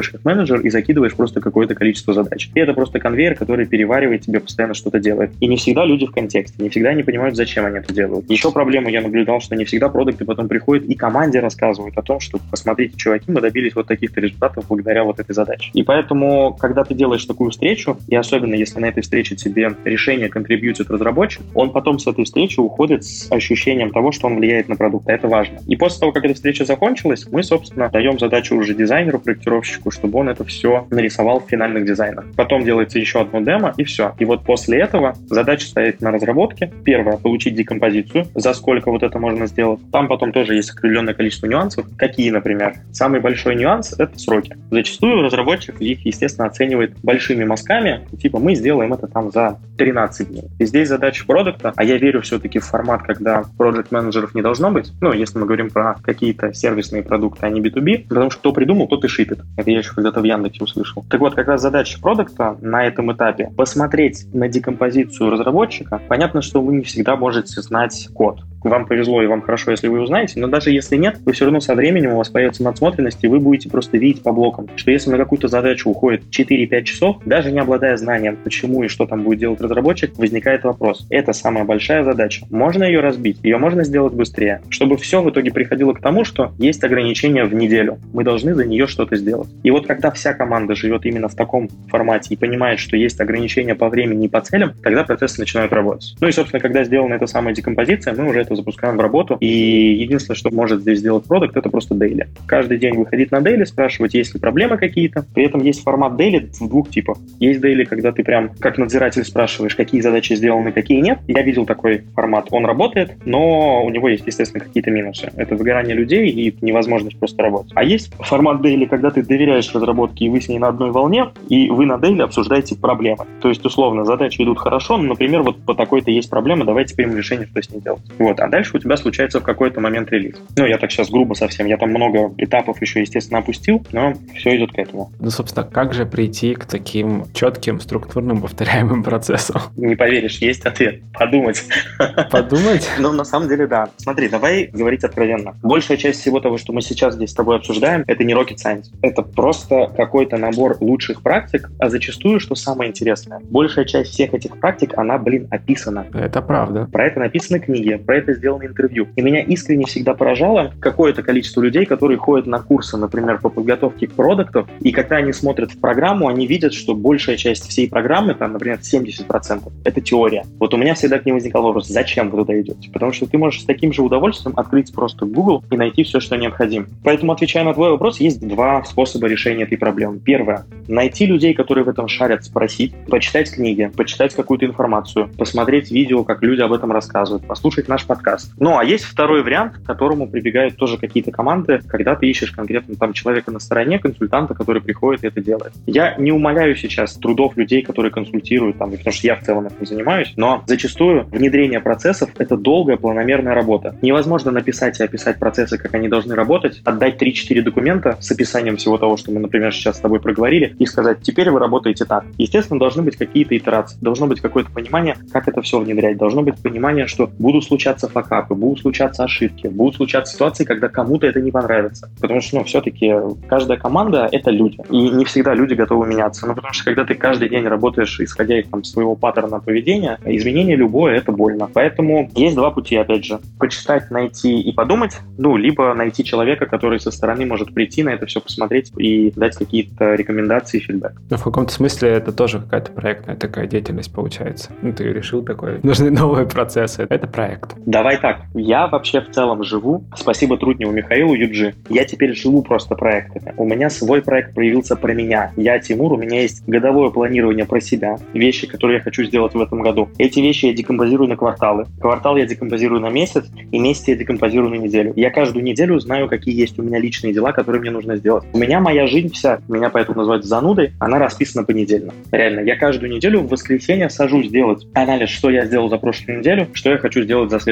приходишь как менеджер и закидываешь просто какое-то количество задач. И это просто конвейер, который переваривает тебе, постоянно что-то делает. И не всегда люди в контексте, не всегда они понимают, зачем они это делают. Еще проблему я наблюдал, что не всегда продукты потом приходят и команде рассказывают о том, что, посмотрите, чуваки, мы добились вот таких-то результатов благодаря вот этой задаче. И поэтому, когда ты делаешь такую встречу, и особенно если на этой встрече тебе решение контрибьютит разработчик, он потом с этой встречи уходит с ощущением того, что он влияет на продукт. А это важно. И после того, как эта встреча закончилась, мы, собственно, даем задачу уже дизайнеру, проектировщику, чтобы он это все нарисовал в финальных дизайнах. Потом делается еще одно демо, и все. И вот после этого задача стоит на разработке. Первое — получить декомпозицию, за сколько вот это можно сделать. Там потом тоже есть определенное количество нюансов. Какие, например? Самый большой нюанс — это сроки. Зачастую разработчик их, естественно, оценивает большими мазками, типа мы сделаем это там за тринадцать дней. И здесь задача продукта, а я верю все-таки в формат, когда проект-менеджеров не должно быть, ну, если мы говорим про какие-то сервисные продукты, а не би ту би, потому что кто придумал, тот и шипит. Это я еще когда-то в Яндексе услышал. Так вот, как раз задача продукта на этом этапе — посмотреть на декомпозицию разработчика. Понятно, что вы не всегда можете знать код. Вам повезло и вам хорошо, если вы узнаете, но даже если нет, вы все равно со временем у вас появится надсмотренность, и вы будете просто видеть по блокам, что если на какую-то задачу уходит четыре-пять часов, даже не обладая знанием, почему и что там будет делать разработчик, возникает вопрос. Это самая большая задача. Можно ее разбить? Ее можно сделать быстрее? Чтобы все в итоге приходило к тому, что есть ограничения в неделю. Мы должны за нее что-то сделать. И вот когда вся команда живет именно в таком формате и понимает, что есть ограничения по времени и по целям, тогда процессы начинают работать. Ну и, собственно, когда сделана эта самая декомпозиция, мы уже это запускаем в работу. И единственное, что может здесь сделать продакт, это просто дейли. Каждый день выходить на дейли, спрашивать, есть ли проблемы какие-то. При этом есть формат дейли в двух типах. Есть дейли, когда ты прям как надзиратель спрашиваешь, какие задачи сделаны, какие нет. Я видел такой формат. Он работает, но у него есть, естественно, какие-то минусы. Это выгорание людей и невозможность просто работать. А есть формат дейли, когда ты доверяешь разработке, и вы с ней на одной волне, и вы на дейли обсуждаете проблемы. То есть, условно, задачи идут хорошо, но, например, вот по такой-то есть проблема, давайте примем решение, что с ней делать. Вот. А дальше у тебя случается в какой-то момент релиз. Ну, я так сейчас грубо совсем. Я там много этапов еще, естественно, опустил, но все идет к этому. Ну, собственно, как же прийти к таким четким, структурным, повторяемым процессам? Не поверишь, есть ответ. Подумать. Подумать? Ну, на самом деле, да. Смотри, давай говорить откровенно. Большая часть всего того, что мы сейчас здесь с тобой обсуждаем, это не rocket science. Это просто какой-то набор лучших практик, а зачастую, что самое интересное, большая часть всех этих практик, она, блин, описана. Это правда. Про это написаны книги, про это сделаны интервью. И меня искренне всегда поражало какое-то количество людей, которые ходят на курсы, например, по подготовке к продукту, и когда они смотрят в программу, они видят, что большая часть всей программы, там, например, семьдесят процентов, это теория. Вот у меня всегда к ней возникал вопрос, зачем вы туда идете? Потому что ты можешь с таким же удовольствием открыть просто Google и найти все, что необходимо. Поэтому, отвечая на твой вопрос, есть два способа решения этой проблемы. Первое — найти людей, которые в этом шарят, спросить, почитать книги, почитать какую-то информацию, посмотреть видео, как люди об этом рассказывают, послушать наш подкаст. Ну, а есть второй вариант, к которому прибегают тоже какие-то команды, когда ты ищешь конкретно там человека на стороне, консультанта, который приходит и это делает. Я не умаляю сейчас трудов людей, которые консультируют, там, потому что я в целом этим занимаюсь, но зачастую внедрение процессов — это долгая планомерная работа. Невозможно написать и описать процессы, как они должны работать, отдать три-четыре документа с описанием всего того, что мы, например, сейчас с тобой проговорили, и сказать, теперь вы работаете так. Естественно, должны быть какие-то итерации, должно быть какое-то понимание, как это все внедрять, должно быть понимание, что будут случаться факапы, будут случаться ошибки, будут случаться ситуации, когда кому-то это не понравится. Потому что, ну, все-таки каждая команда — это люди. И не всегда люди готовы меняться. Ну, потому что когда ты каждый день работаешь, исходя из там, своего паттерна поведения, изменение любое — это больно. Поэтому есть два пути, опять же. Почитать, найти и подумать, ну, либо найти человека, который со стороны может прийти на это все посмотреть и дать какие-то рекомендации и фидбэк. Ну, в каком-то смысле это тоже какая-то проектная такая деятельность получается. Ну, ты решил такое. Нужны новые процессы. Это проект. Давай так. Я вообще в целом живу, спасибо Трутневу Михаилу ю джи, я теперь живу просто проектами. У меня свой проект проявился про меня. Я Тимур, у меня есть годовое планирование про себя, вещи, которые я хочу сделать в этом году. Эти вещи я декомпозирую на кварталы. Квартал я декомпозирую на месяц, и месяц я декомпозирую на неделю. Я каждую неделю знаю, какие есть у меня личные дела, которые мне нужно сделать. У меня моя жизнь вся, меня поэтому называют занудой, она расписана понедельно. Реально, я каждую неделю в воскресенье сажусь делать анализ, что я сделал за прошлую неделю, что я хочу сделать за следующую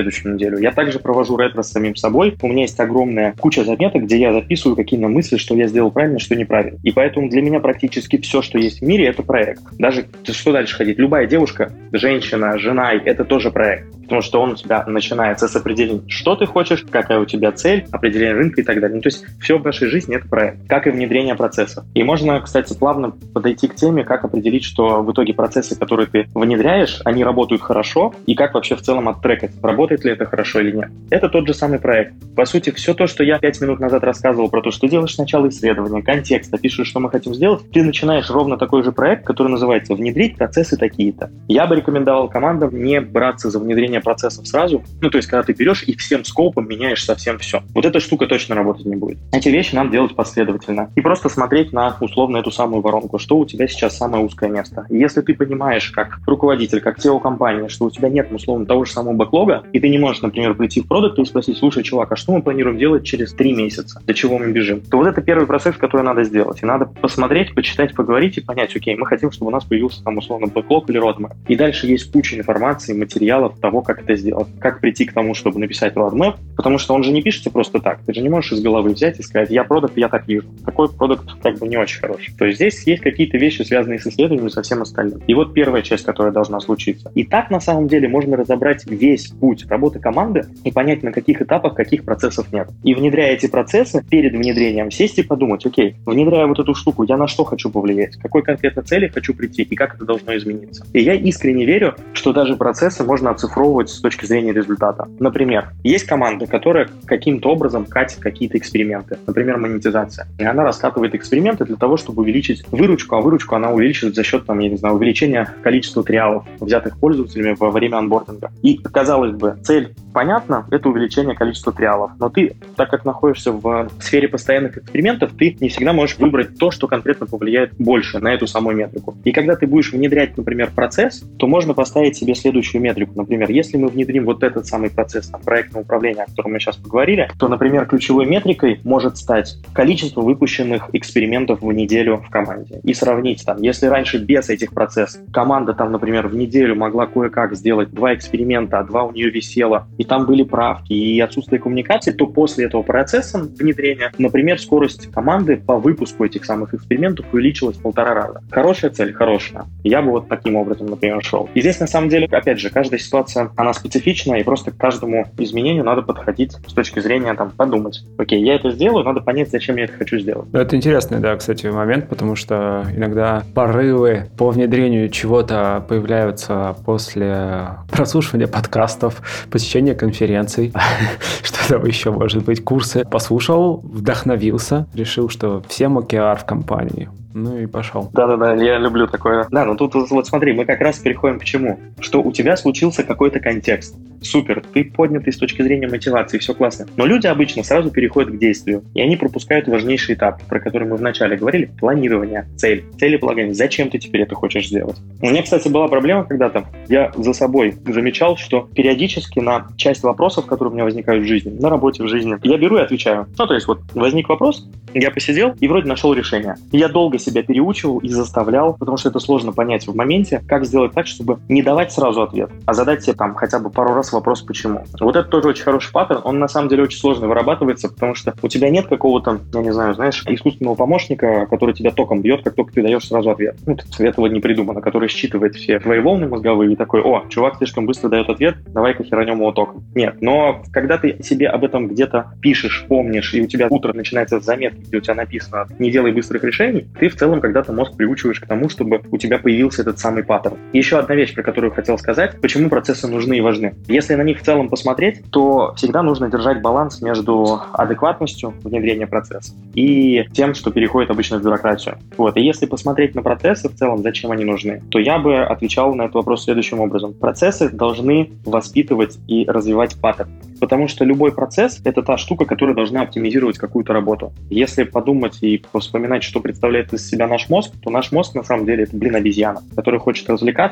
следующую неделю. Я также провожу ретро с самим собой. У меня есть огромная куча заметок, где я записываю какие-то мысли, что я сделал правильно, что неправильно. И поэтому для меня практически все, что есть в мире, это проект. Даже что дальше ходить? Любая девушка, женщина, жена, это тоже проект. Потому что он у тебя начинается с определения, что ты хочешь, какая у тебя цель, определение рынка и так далее. Ну, то есть все в вашей жизни — это проект, как и внедрение процессов. И можно, кстати, плавно подойти к теме, как определить, что в итоге процессы, которые ты внедряешь, они работают хорошо, и как вообще в целом оттрекать, работает ли это хорошо или нет. Это тот же самый проект. По сути, все то, что я пять минут назад рассказывал про то, что делаешь сначала исследование, контекст, опишешь, что мы хотим сделать, ты начинаешь ровно такой же проект, который называется «Внедрить процессы такие-то». Я бы рекомендовал командам не браться за внедрение процессов сразу, ну, то есть, когда ты берешь и всем скопом меняешь совсем все. Вот эта штука точно работать не будет. Эти вещи надо делать последовательно. И просто смотреть на, условно, эту самую воронку, что у тебя сейчас самое узкое место. И если ты понимаешь, как руководитель, как си и о-компании, что у тебя нет, условно, того же самого бэклога, и ты не можешь, например, прийти в продукт и спросить: слушай, чувак, а что мы планируем делать через три месяца? До чего мы бежим? То вот это первый процесс, который надо сделать. И надо посмотреть, почитать, поговорить и понять: окей, мы хотим, чтобы у нас появился там, условно, бэклог или roadmap. И дальше есть куча информации, материалов того, как это сделать. Как прийти к тому, чтобы написать roadmap, потому что он же не пишется просто так. Ты же не можешь из головы взять и сказать: я продукт, я так вижу. Такой продукт как бы не очень хороший. То есть здесь есть какие-то вещи, связанные с исследованием и со всем остальным. И вот первая часть, которая должна случиться. И так, на самом деле, можно разобрать весь путь работы команды и понять, на каких этапах каких процессов нет. И внедряя эти процессы, перед внедрением сесть и подумать: окей, внедряя вот эту штуку, я на что хочу повлиять, к какой конкретно цели хочу прийти и как это должно измениться. И я искренне верю, что даже процессы можно оцифровывать с точки зрения результата. Например, есть команда, которая каким-то образом катит какие-то эксперименты. Например, монетизация. И она раскатывает эксперименты для того, чтобы увеличить выручку, а выручку она увеличивает за счет, там, я не знаю, увеличения количества триалов, взятых пользователями во время анбординга. И, казалось бы, цель понятна, это увеличение количества триалов. Но ты, так как находишься в сфере постоянных экспериментов, ты не всегда можешь выбрать то, что конкретно повлияет больше на эту самую метрику. И когда ты будешь внедрять, например, процесс, то можно поставить себе следующую метрику. Например, если мы внедрим вот этот самый процесс там, проектного управления, о котором мы сейчас поговорили, то, например, ключевой метрикой может стать количество выпущенных экспериментов в неделю в команде. И сравнить там, если раньше без этих процессов команда там, например, в неделю могла кое-как сделать два эксперимента, а два у нее висело, и там были правки и отсутствие коммуникации, то после этого процесса внедрения, например, скорость команды по выпуску этих самых экспериментов увеличилась в полтора раза. Хорошая цель? Хорошая. Я бы вот таким образом, например, шел. И здесь, на самом деле, опять же, каждая ситуация, она специфична, и просто к каждому изменению надо подходить с точки зрения, там, подумать: окей, я это сделаю, надо понять, зачем я это хочу сделать. Это интересный, да, кстати, момент, потому что иногда порывы по внедрению чего-то появляются после прослушивания подкастов, посещения конференций, что там еще может быть, курсы. Послушал, вдохновился, решил, что всем океар в компании. Ну и пошел. Да-да-да, я люблю такое. Да, ну тут вот смотри, мы как раз переходим к чему? Что у тебя случился какой-то контекст. Супер, ты поднятый с точки зрения мотивации, все классно. Но люди обычно сразу переходят к действию, и они пропускают важнейший этап, про который мы вначале говорили: планирование, цель, целеполагание. Зачем ты теперь это хочешь сделать? У меня, кстати, была проблема когда-то. Я за собой замечал, что периодически на часть вопросов, которые у меня возникают в жизни, на работе, в жизни, я беру и отвечаю. Ну, то есть вот возник вопрос, я посидел и вроде нашел решение. И я долго себя переучивал и заставлял, потому что это сложно понять в моменте, как сделать так, чтобы не давать сразу ответ, а задать себе там хотя бы пару раз вопрос «почему?». Вот это тоже очень хороший паттерн, он на самом деле очень сложно вырабатывается, потому что у тебя нет какого-то, я не знаю, знаешь, искусственного помощника, который тебя током бьет, как только ты даешь сразу ответ. Ну, этого не придумано, который считывает все твои волны мозговые и такой: о, чувак слишком быстро дает ответ, давай-ка херанем его током. Нет, но когда ты себе об этом где-то пишешь, помнишь, и у тебя утро начинается с заметки, где у тебя написано «не делай быстрых решений», ты в целом когда-то мозг приучиваешь к тому, чтобы у тебя появился этот самый паттерн. И еще одна вещь, про которую хотел сказать, почему процессы нужны и важны. Если на них в целом посмотреть, то всегда нужно держать баланс между адекватностью внедрения процесса и тем, что переходит обычно в бюрократию. Вот. И если посмотреть на процессы в целом, зачем они нужны, то я бы отвечал на этот вопрос следующим образом. Процессы должны воспитывать и развивать паттерн. Потому что любой процесс — это та штука, которая должна оптимизировать какую-то работу. Если подумать и вспоминать, что представляет из себя наш мозг, то наш мозг на самом деле это, блин, обезьяна, который хочет развлекаться,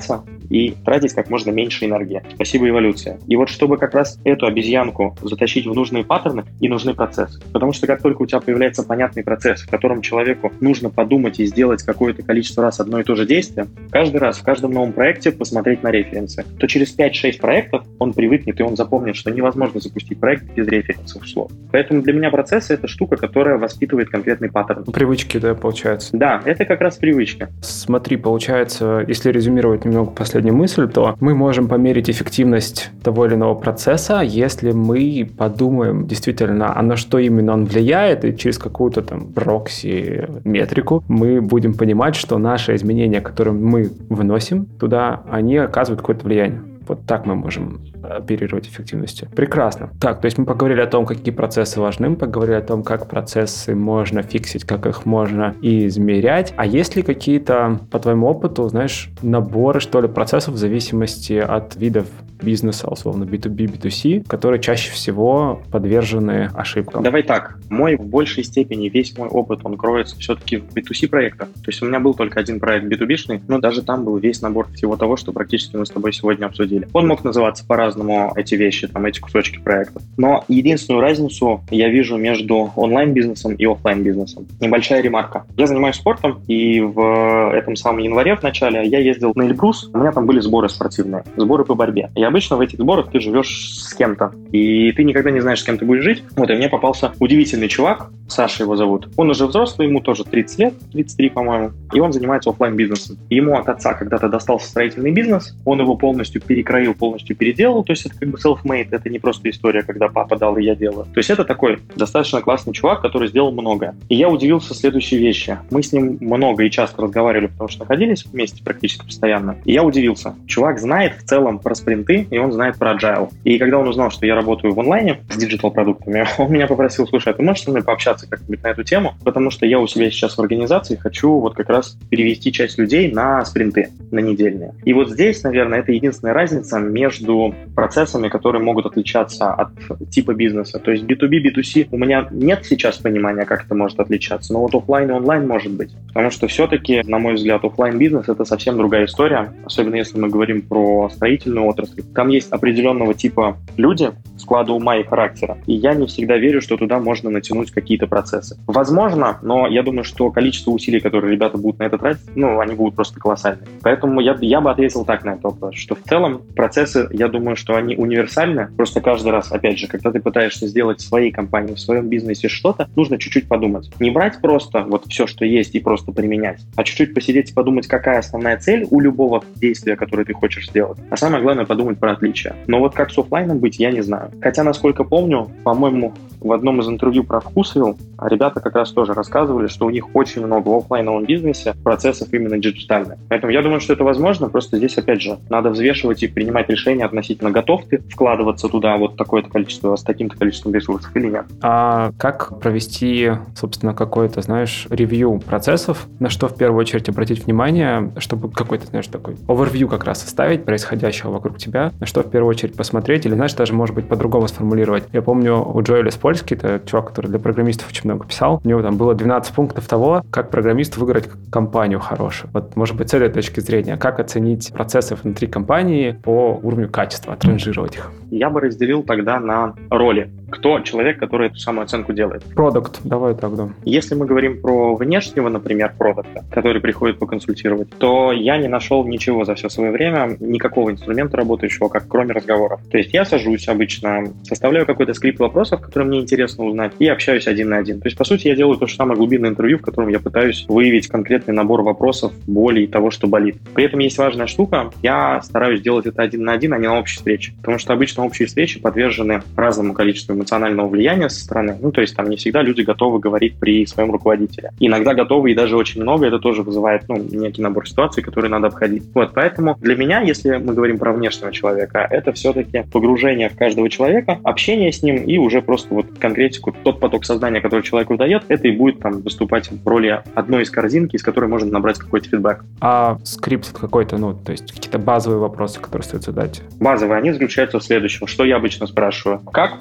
и тратить как можно меньше энергии. Спасибо, эволюция. И вот чтобы как раз эту обезьянку затащить в нужные паттерны, и нужны процессы. Потому что как только у тебя появляется понятный процесс, в котором человеку нужно подумать и сделать какое-то количество раз одно и то же действие, каждый раз в каждом новом проекте посмотреть на референсы, то через пять-шесть проектов он привыкнет, и он запомнит, что невозможно запустить проект без референсов слов. Поэтому для меня процессы — это штука, которая воспитывает конкретный паттерн. Привычки, да, получается? Да, это как раз привычка. Смотри, получается, если резюмировать немного последнюю мысль, то мы можем померить эффективность того или иного процесса, если мы подумаем действительно, а на что именно он влияет, и через какую-то там прокси-метрику мы будем понимать, что наши изменения, которые мы вносим туда, они оказывают какое-то влияние. Вот так мы можем оперировать эффективностью. Прекрасно. Так, то есть мы поговорили о том, какие процессы важны, мы поговорили о том, как процессы можно фиксить, как их можно измерять. А есть ли какие-то, по твоему опыту, знаешь, наборы, что ли, процессов в зависимости от видов бизнеса, условно, би ту би, би ту си, которые чаще всего подвержены ошибкам? Давай так. Мой в большей степени весь мой опыт, он кроется все-таки в би ту си проектах. То есть у меня был только один проект би ту би-шный, но даже там был весь набор всего того, что практически мы с тобой сегодня обсудили. Он мог называться по-разному, эти вещи, там, эти кусочки проектов. Но единственную разницу я вижу между онлайн-бизнесом и офлайн-бизнесом. Небольшая ремарка. Я занимаюсь спортом, и в этом самом январе в начале я ездил на Эльбрус, у меня там были сборы спортивные, сборы по борьбе. И обычно в этих сборах ты живешь с кем-то, и ты никогда не знаешь, с кем ты будешь жить. Вот, и мне попался удивительный чувак, Саша его зовут. Он уже взрослый, ему тоже тридцать лет, тридцать три, по-моему, и он занимается офлайн-бизнесом. И ему от отца когда-то достался строительный бизнес, он его полностью перекроил, полностью переделал, то есть это как бы self-made, это не просто история, когда папа дал и я делаю. То есть это такой достаточно классный чувак, который сделал многое. И я удивился следующей вещи. Мы с ним много и часто разговаривали, потому что находились вместе практически постоянно. И я удивился. Чувак знает в целом про спринты, и он знает про agile. И когда он узнал, что я работаю в онлайне с диджитал-продуктами, он меня попросил: слушай, а ты можешь со мной пообщаться как-нибудь на эту тему? Потому что я у себя сейчас в организации хочу вот как раз перевести часть людей на спринты, на недельные. И вот здесь, наверное, это единственная разница между процессами, которые могут отличаться от типа бизнеса. То есть би ту би, би ту си у меня нет сейчас понимания, как это может отличаться, но вот офлайн и онлайн может быть. Потому что все-таки, на мой взгляд, офлайн-бизнес — это совсем другая история, особенно если мы говорим про строительную отрасль. Там есть определенного типа люди, склада ума и характера, и я не всегда верю, что туда можно натянуть какие-то процессы. Возможно, но я думаю, что количество усилий, которые ребята будут на это тратить, ну, они будут просто колоссальные. Поэтому я, я бы ответил так на этот вопрос, что в целом процессы, я думаю, что они универсальны, просто каждый раз, опять же, когда ты пытаешься сделать в своей компании, в своем бизнесе что-то, нужно чуть-чуть подумать. Не брать просто вот все, что есть, и просто применять, а чуть-чуть посидеть и подумать, какая основная цель у любого действия, которое ты хочешь сделать. А самое главное — подумать про отличия. Но вот как с офлайном быть, я не знаю. Хотя, насколько помню, по-моему, в одном из интервью про Вкусвилл ребята как раз тоже рассказывали, что у них очень много в офлайновом бизнесе процессов именно диджитальных. Поэтому я думаю, что это возможно, просто здесь, опять же, надо взвешивать и принимать решения относительно, готов ты вкладываться туда вот такое-то количество, с таким-то количеством ресурсов или нет. А как провести, собственно, какое-то, знаешь, ревью процессов, на что в первую очередь обратить внимание, чтобы какой-то, знаешь, такой овервью как раз составить происходящего вокруг тебя, на что в первую очередь посмотреть, или, знаешь, даже, может быть, по-другому сформулировать. Я помню, у Джоэля Спольски, это чувак, который для программистов очень много писал, у него там было двенадцать пунктов того, как программист выиграть компанию хорошую. Вот, может быть, с этой точки зрения, как оценить процессы внутри компании по уровню качества, отранжировать их? Я бы разделил тогда на роли. Кто человек, который эту самую оценку делает? Продукт, давай тогда. Если мы говорим про внешнего, например, продукта, который приходит поконсультировать, то я не нашел ничего за все свое время, никакого инструмента работающего, как кроме разговоров. То есть я сажусь обычно, составляю какой-то скрипт вопросов, которые мне интересно узнать, и общаюсь один на один. То есть, по сути, я делаю то же самое глубинное интервью, в котором я пытаюсь выявить конкретный набор вопросов, боли и того, что болит. При этом есть важная штука, я стараюсь делать это один на один, а не на общей встрече. Потому что обычно общие встречи подвержены разному количеству эмоционального влияния со стороны. Ну, то есть там не всегда люди готовы говорить при своем руководителе. Иногда готовы, и даже очень много, это тоже вызывает, ну, некий набор ситуаций, которые надо обходить. Вот, поэтому для меня, если мы говорим про внешнего человека, это все-таки погружение в каждого человека, общение с ним и уже просто вот конкретику, тот поток сознания, который человеку дает, это и будет там выступать в роли одной из корзинки, из которой можно набрать какой-то фидбэк. А скрипт какой-то, ну, то есть какие-то базовые вопросы, которые стоит задать? Базовые, они заключаются в следующем. Что я обычно спрашиваю? Как у вас устроен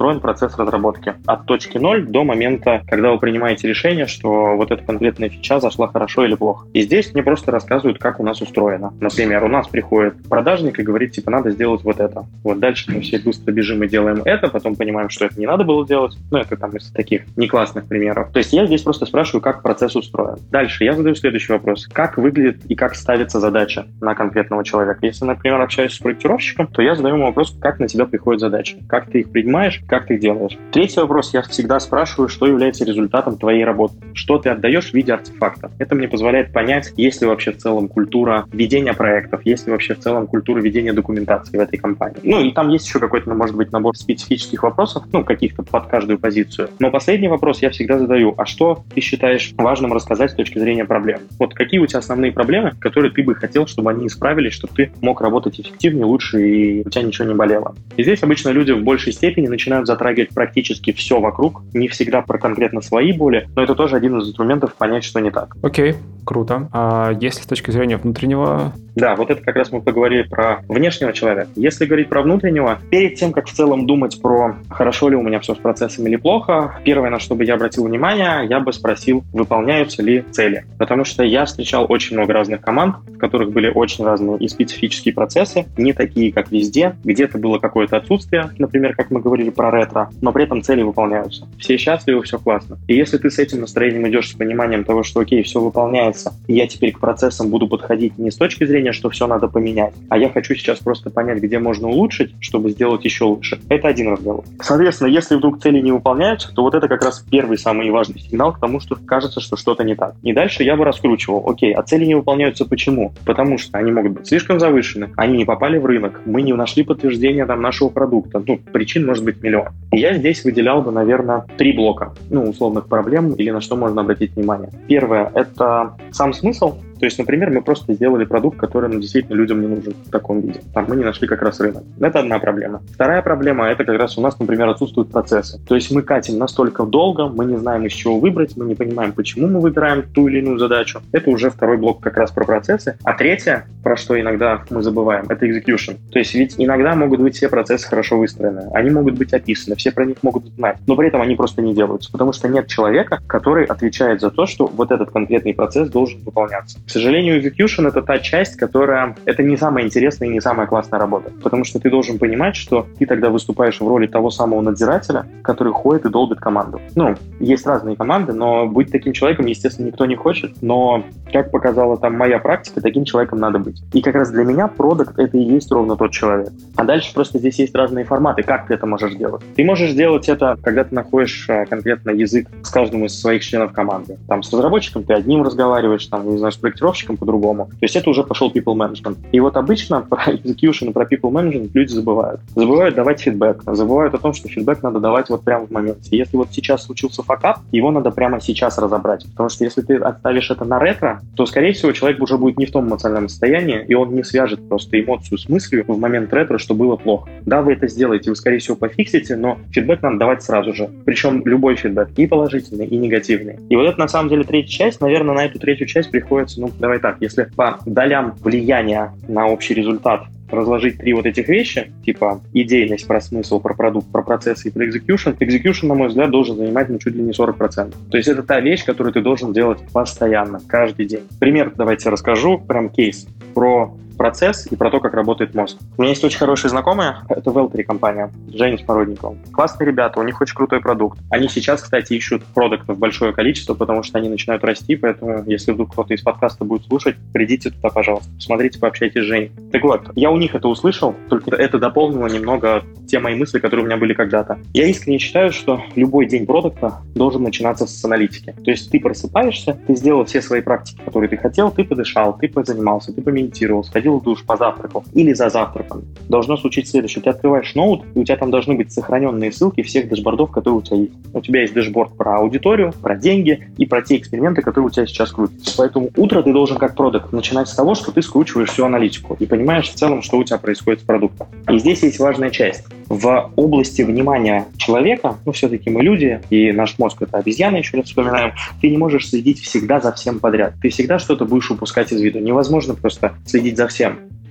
устроен процесс разработки. От точки ноль до момента, когда вы принимаете решение, что вот эта конкретная фича зашла хорошо или плохо. И здесь мне просто рассказывают, как у нас устроено. Например, у нас приходит продажник и говорит, типа, надо сделать вот это. Вот дальше мы все быстро бежим и делаем это, потом понимаем, что это не надо было делать. Ну, это там из таких не классных примеров. То есть я здесь просто спрашиваю, как процесс устроен. Дальше я задаю следующий вопрос. Как выглядит и как ставится задача на конкретного человека? Если, например, общаюсь с проектировщиком, то я задаю ему вопрос, как на тебя приходят задачи, как ты их принимаешь, как ты их делаешь. Третий вопрос, я всегда спрашиваю, что является результатом твоей работы, что ты отдаешь в виде артефакта. Это мне позволяет понять, есть ли вообще в целом культура ведения проектов, есть ли вообще в целом культура ведения документации в этой компании. Ну и там есть еще какой-то, ну, может быть, набор специфических вопросов, ну, каких-то под каждую позицию. Но последний вопрос я всегда задаю, а что ты считаешь важным рассказать с точки зрения проблем? Вот какие у тебя основные проблемы, которые ты бы хотел, чтобы они исправились, чтобы ты мог работать эффективнее, лучше и у тебя ничего не болело. И здесь обычно люди в большей степени начинают затрагивать практически все вокруг, не всегда про конкретно свои боли, но это тоже один из инструментов понять, что не так. Окей, круто. А если с точки зрения внутреннего? Да, вот это как раз мы поговорили про внешнего человека. Если говорить про внутреннего, перед тем, как в целом думать про хорошо ли у меня все с процессами или плохо, первое, на что бы я обратил внимание, я бы спросил, выполняются ли цели. Потому что я встречал очень много разных команд, в которых были очень разные и специфические процессы, не такие, как везде. Где-то было какое-то отсутствие, например, как мы говорили про ретро, но при этом цели выполняются. Все счастливы, все классно. И если ты с этим настроением идешь с пониманием того, что окей, все выполняется, и я теперь к процессам буду подходить не с точки зрения, что все надо поменять, а я хочу сейчас просто понять, где можно улучшить, чтобы сделать еще лучше. Это один разговор. Соответственно, если вдруг цели не выполняются, то вот это как раз первый самый важный сигнал к тому, что кажется, что что-то не так. И дальше я бы раскручивал. Окей, а цели не выполняются почему? Потому что они могут быть слишком завышены, они не попали в рынок, мы не нашли подтверждения там нашего продукта. Ну, причин может быть миллион. И я здесь выделял бы, наверное, три блока, ну, условных проблем или на что можно обратить внимание. Первое — это сам смысл. То есть, например, мы просто сделали продукт, который, ну, действительно людям не нужен в таком виде. Там мы не нашли как раз рынок. Это одна проблема. Вторая проблема — это как раз у нас, например, отсутствуют процессы. То есть мы катим настолько долго, мы не знаем, из чего выбрать, мы не понимаем, почему мы выбираем ту или иную задачу. Это уже второй блок как раз про процессы. А третье, про что иногда мы забываем, это execution. То есть ведь иногда могут быть все процессы хорошо выстроены, они могут быть описаны, все про них могут знать, но при этом они просто не делаются, потому что нет человека, который отвечает за то, что вот этот конкретный процесс должен выполняться. К сожалению, execution — это та часть, которая... Это не самая интересная и не самая классная работа, потому что ты должен понимать, что ты тогда выступаешь в роли того самого надзирателя, который ходит и долбит команду. Ну, есть разные команды, но быть таким человеком, естественно, никто не хочет, но, как показала там моя практика, таким человеком надо быть. И как раз для меня продакт — это и есть ровно тот человек. А дальше просто здесь есть разные форматы, как ты это можешь делать. Ты можешь делать это, когда ты находишь конкретно язык с каждым из своих членов команды. Там с разработчиком ты одним разговариваешь, там, не знаю, с проектировщиком по-другому. То есть это уже пошел people management. И вот обычно про execution и про people management люди забывают. Забывают давать фидбэк. Забывают о том, что фидбэк надо давать вот прямо в моменте. Если вот сейчас случился факап, его надо прямо сейчас разобрать. Потому что если ты отставишь это на ретро, то, скорее всего, человек уже будет не в том эмоциональном состоянии, и он не свяжет просто эмоцию с мыслью в момент ретро, что было плохо. Да, вы это сделаете, вы, скорее всего, пофиксите, но фидбэк надо давать сразу же. Причем любой фидбэк, и положительный, и негативный. И вот это, на самом деле, третья часть. Наверное, на эту третью часть приходится, ну, давай так, если по долям влияния на общий результат разложить три вот этих вещи, типа идейность, про смысл, про продукт, про процессы и про execution, execution, на мой взгляд, должен занимать, ну, чуть ли не сорок процентов. То есть это та вещь, которую ты должен делать постоянно, каждый день. Пример давайте расскажу, прям кейс про процесс и про то, как работает мозг. У меня есть очень хорошие знакомые, это Велтри компания, Женя Смородникова. Классные ребята, у них очень крутой продукт. Они сейчас, кстати, ищут продуктов большое количество, потому что они начинают расти, поэтому если вдруг кто-то из подкаста будет слушать, придите туда, пожалуйста, посмотрите, пообщайтесь с Женей. Так вот, я у них это услышал, только это дополнило немного те мои мысли, которые у меня были когда-то. Я искренне считаю, что любой день продукта должен начинаться с аналитики. То есть ты просыпаешься, ты сделал все свои практики, которые ты хотел, ты подышал, ты позанимался, ты помедитировал, сходил в душ, позавтракал или за завтраком. Должно случиться следующее. Ты открываешь ноут, и у тебя там должны быть сохраненные ссылки всех дэшбордов, которые у тебя есть. У тебя есть дэшборд про аудиторию, про деньги и про те эксперименты, которые у тебя сейчас крутятся. Поэтому утро ты должен как продакт начинать с того, что ты скручиваешь всю аналитику и понимаешь в целом, что у тебя происходит с продуктом. И здесь есть важная часть. В области внимания человека, ну, все-таки мы люди, и наш мозг — это обезьяна, еще раз вспоминаем, ты не можешь следить всегда за всем подряд. Ты всегда что-то будешь упускать из виду. Невозможно просто следить за всем.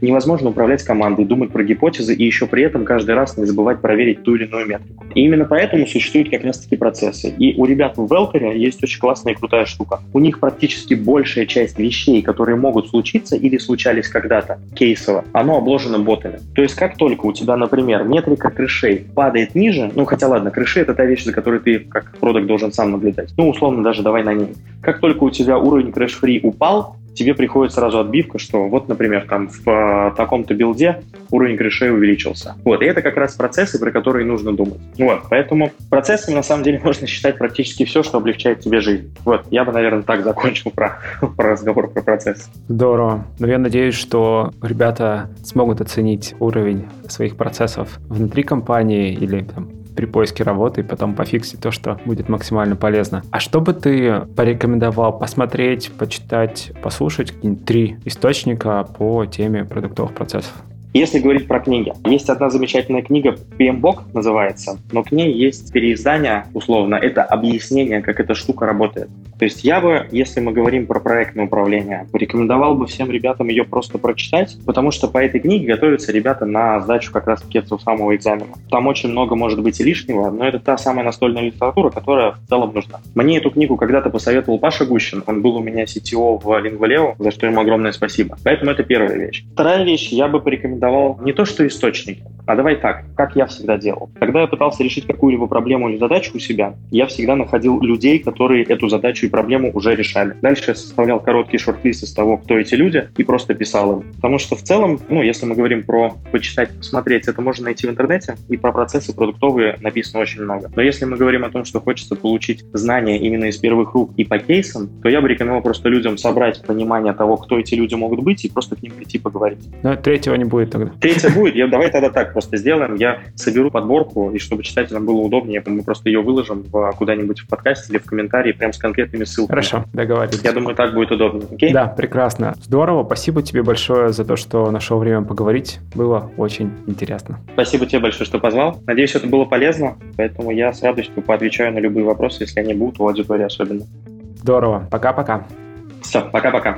невозможно управлять командой, думать про гипотезы и еще при этом каждый раз не забывать проверить ту или иную метрику. И именно поэтому существуют как раз-таки процессы. И у ребят в Велкере есть очень классная и крутая штука. У них практически большая часть вещей, которые могут случиться или случались когда-то кейсово, оно обложено ботами. То есть как только у тебя, например, метрика крышей падает ниже, ну хотя ладно, крыши — это та вещь, за которой ты как продакт должен сам наблюдать. Ну условно даже давай на ней. Как только у тебя уровень crash-free упал, тебе приходит сразу отбивка, что вот, например, там в э, таком-то билде уровень крышей увеличился. Вот, и это как раз процессы, про которые нужно думать. Вот, поэтому процессами, на самом деле, можно считать практически все, что облегчает тебе жизнь. Вот, я бы, наверное, так закончил про, про разговор про процессы. Здорово. Но я надеюсь, что ребята смогут оценить уровень своих процессов внутри компании или там при поиске работы и потом пофиксить то, что будет максимально полезно. А что бы ты порекомендовал посмотреть, почитать, послушать какие-нибудь три источника по теме продуктовых процессов? Если говорить про книги, есть одна замечательная книга, пи эм бок называется, но к ней есть переиздание, условно, это объяснение, как эта штука работает. То есть я бы, если мы говорим про проектное управление, порекомендовал бы всем ребятам ее просто прочитать, потому что по этой книге готовятся ребята на сдачу как раз-таки этого самого экзамена. Там очень много может быть и лишнего, но это та самая настольная литература, которая в целом нужна. Мне эту книгу когда-то посоветовал Паша Гущин, он был у меня си ти о в Lingvaleo, за что ему огромное спасибо. Поэтому это первая вещь. Вторая вещь, я бы порекомендовал не то, что источники, а давай так, как я всегда делал. Когда я пытался решить какую-либо проблему или задачу у себя, я всегда находил людей, которые эту задачу и проблему уже решали. Дальше я составлял короткий шорт-лист из того, кто эти люди, и просто писал им. Потому что в целом, ну, если мы говорим про почитать, посмотреть, это можно найти в интернете, и про процессы продуктовые написано очень много. Но если мы говорим о том, что хочется получить знания именно из первых рук и по кейсам, то я бы рекомендовал просто людям собрать понимание того, кто эти люди могут быть, и просто к ним прийти поговорить. Но третьего не будет тогда. Третья будет. Я, давай тогда так просто сделаем. Я соберу подборку, и чтобы читателям было удобнее, мы просто ее выложим в, куда-нибудь в подкасте или в комментарии, прям с конкретными ссылками. Хорошо, договорились. Я думаю, так будет удобнее. Окей? Да, прекрасно. Здорово. Спасибо тебе большое за то, что нашел время поговорить. Было очень интересно. Спасибо тебе большое, что позвал. Надеюсь, это было полезно, поэтому я с радостью поотвечаю на любые вопросы, если они будут у аудитории особенно. Здорово. Пока-пока. Все, пока-пока.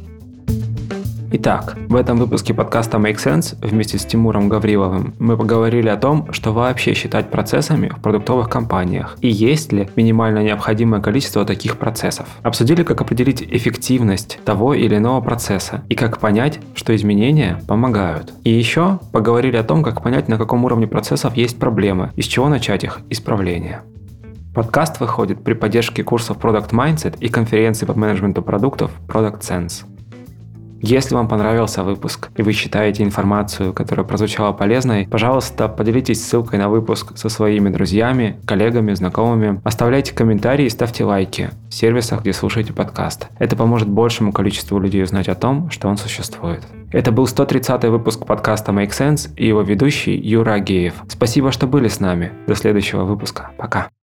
Итак, в этом выпуске подкаста Make Sense вместе с Тимуром Гавриловым мы поговорили о том, что вообще считать процессами в продуктовых компаниях и есть ли минимально необходимое количество таких процессов. Обсудили, как определить эффективность того или иного процесса и как понять, что изменения помогают. И еще поговорили о том, как понять, на каком уровне процессов есть проблемы и с чего начать их исправление. Подкаст выходит при поддержке курсов Product Mindset и конференции по менеджменту продуктов Product Sense. Если вам понравился выпуск и вы считаете информацию, которая прозвучала полезной, пожалуйста, поделитесь ссылкой на выпуск со своими друзьями, коллегами, знакомыми. Оставляйте комментарии и ставьте лайки в сервисах, где слушаете подкаст. Это поможет большему количеству людей узнать о том, что он существует. Это был сто тридцатый выпуск подкаста Make Sense и его ведущий Юра Агеев. Спасибо, что были с нами. До следующего выпуска. Пока.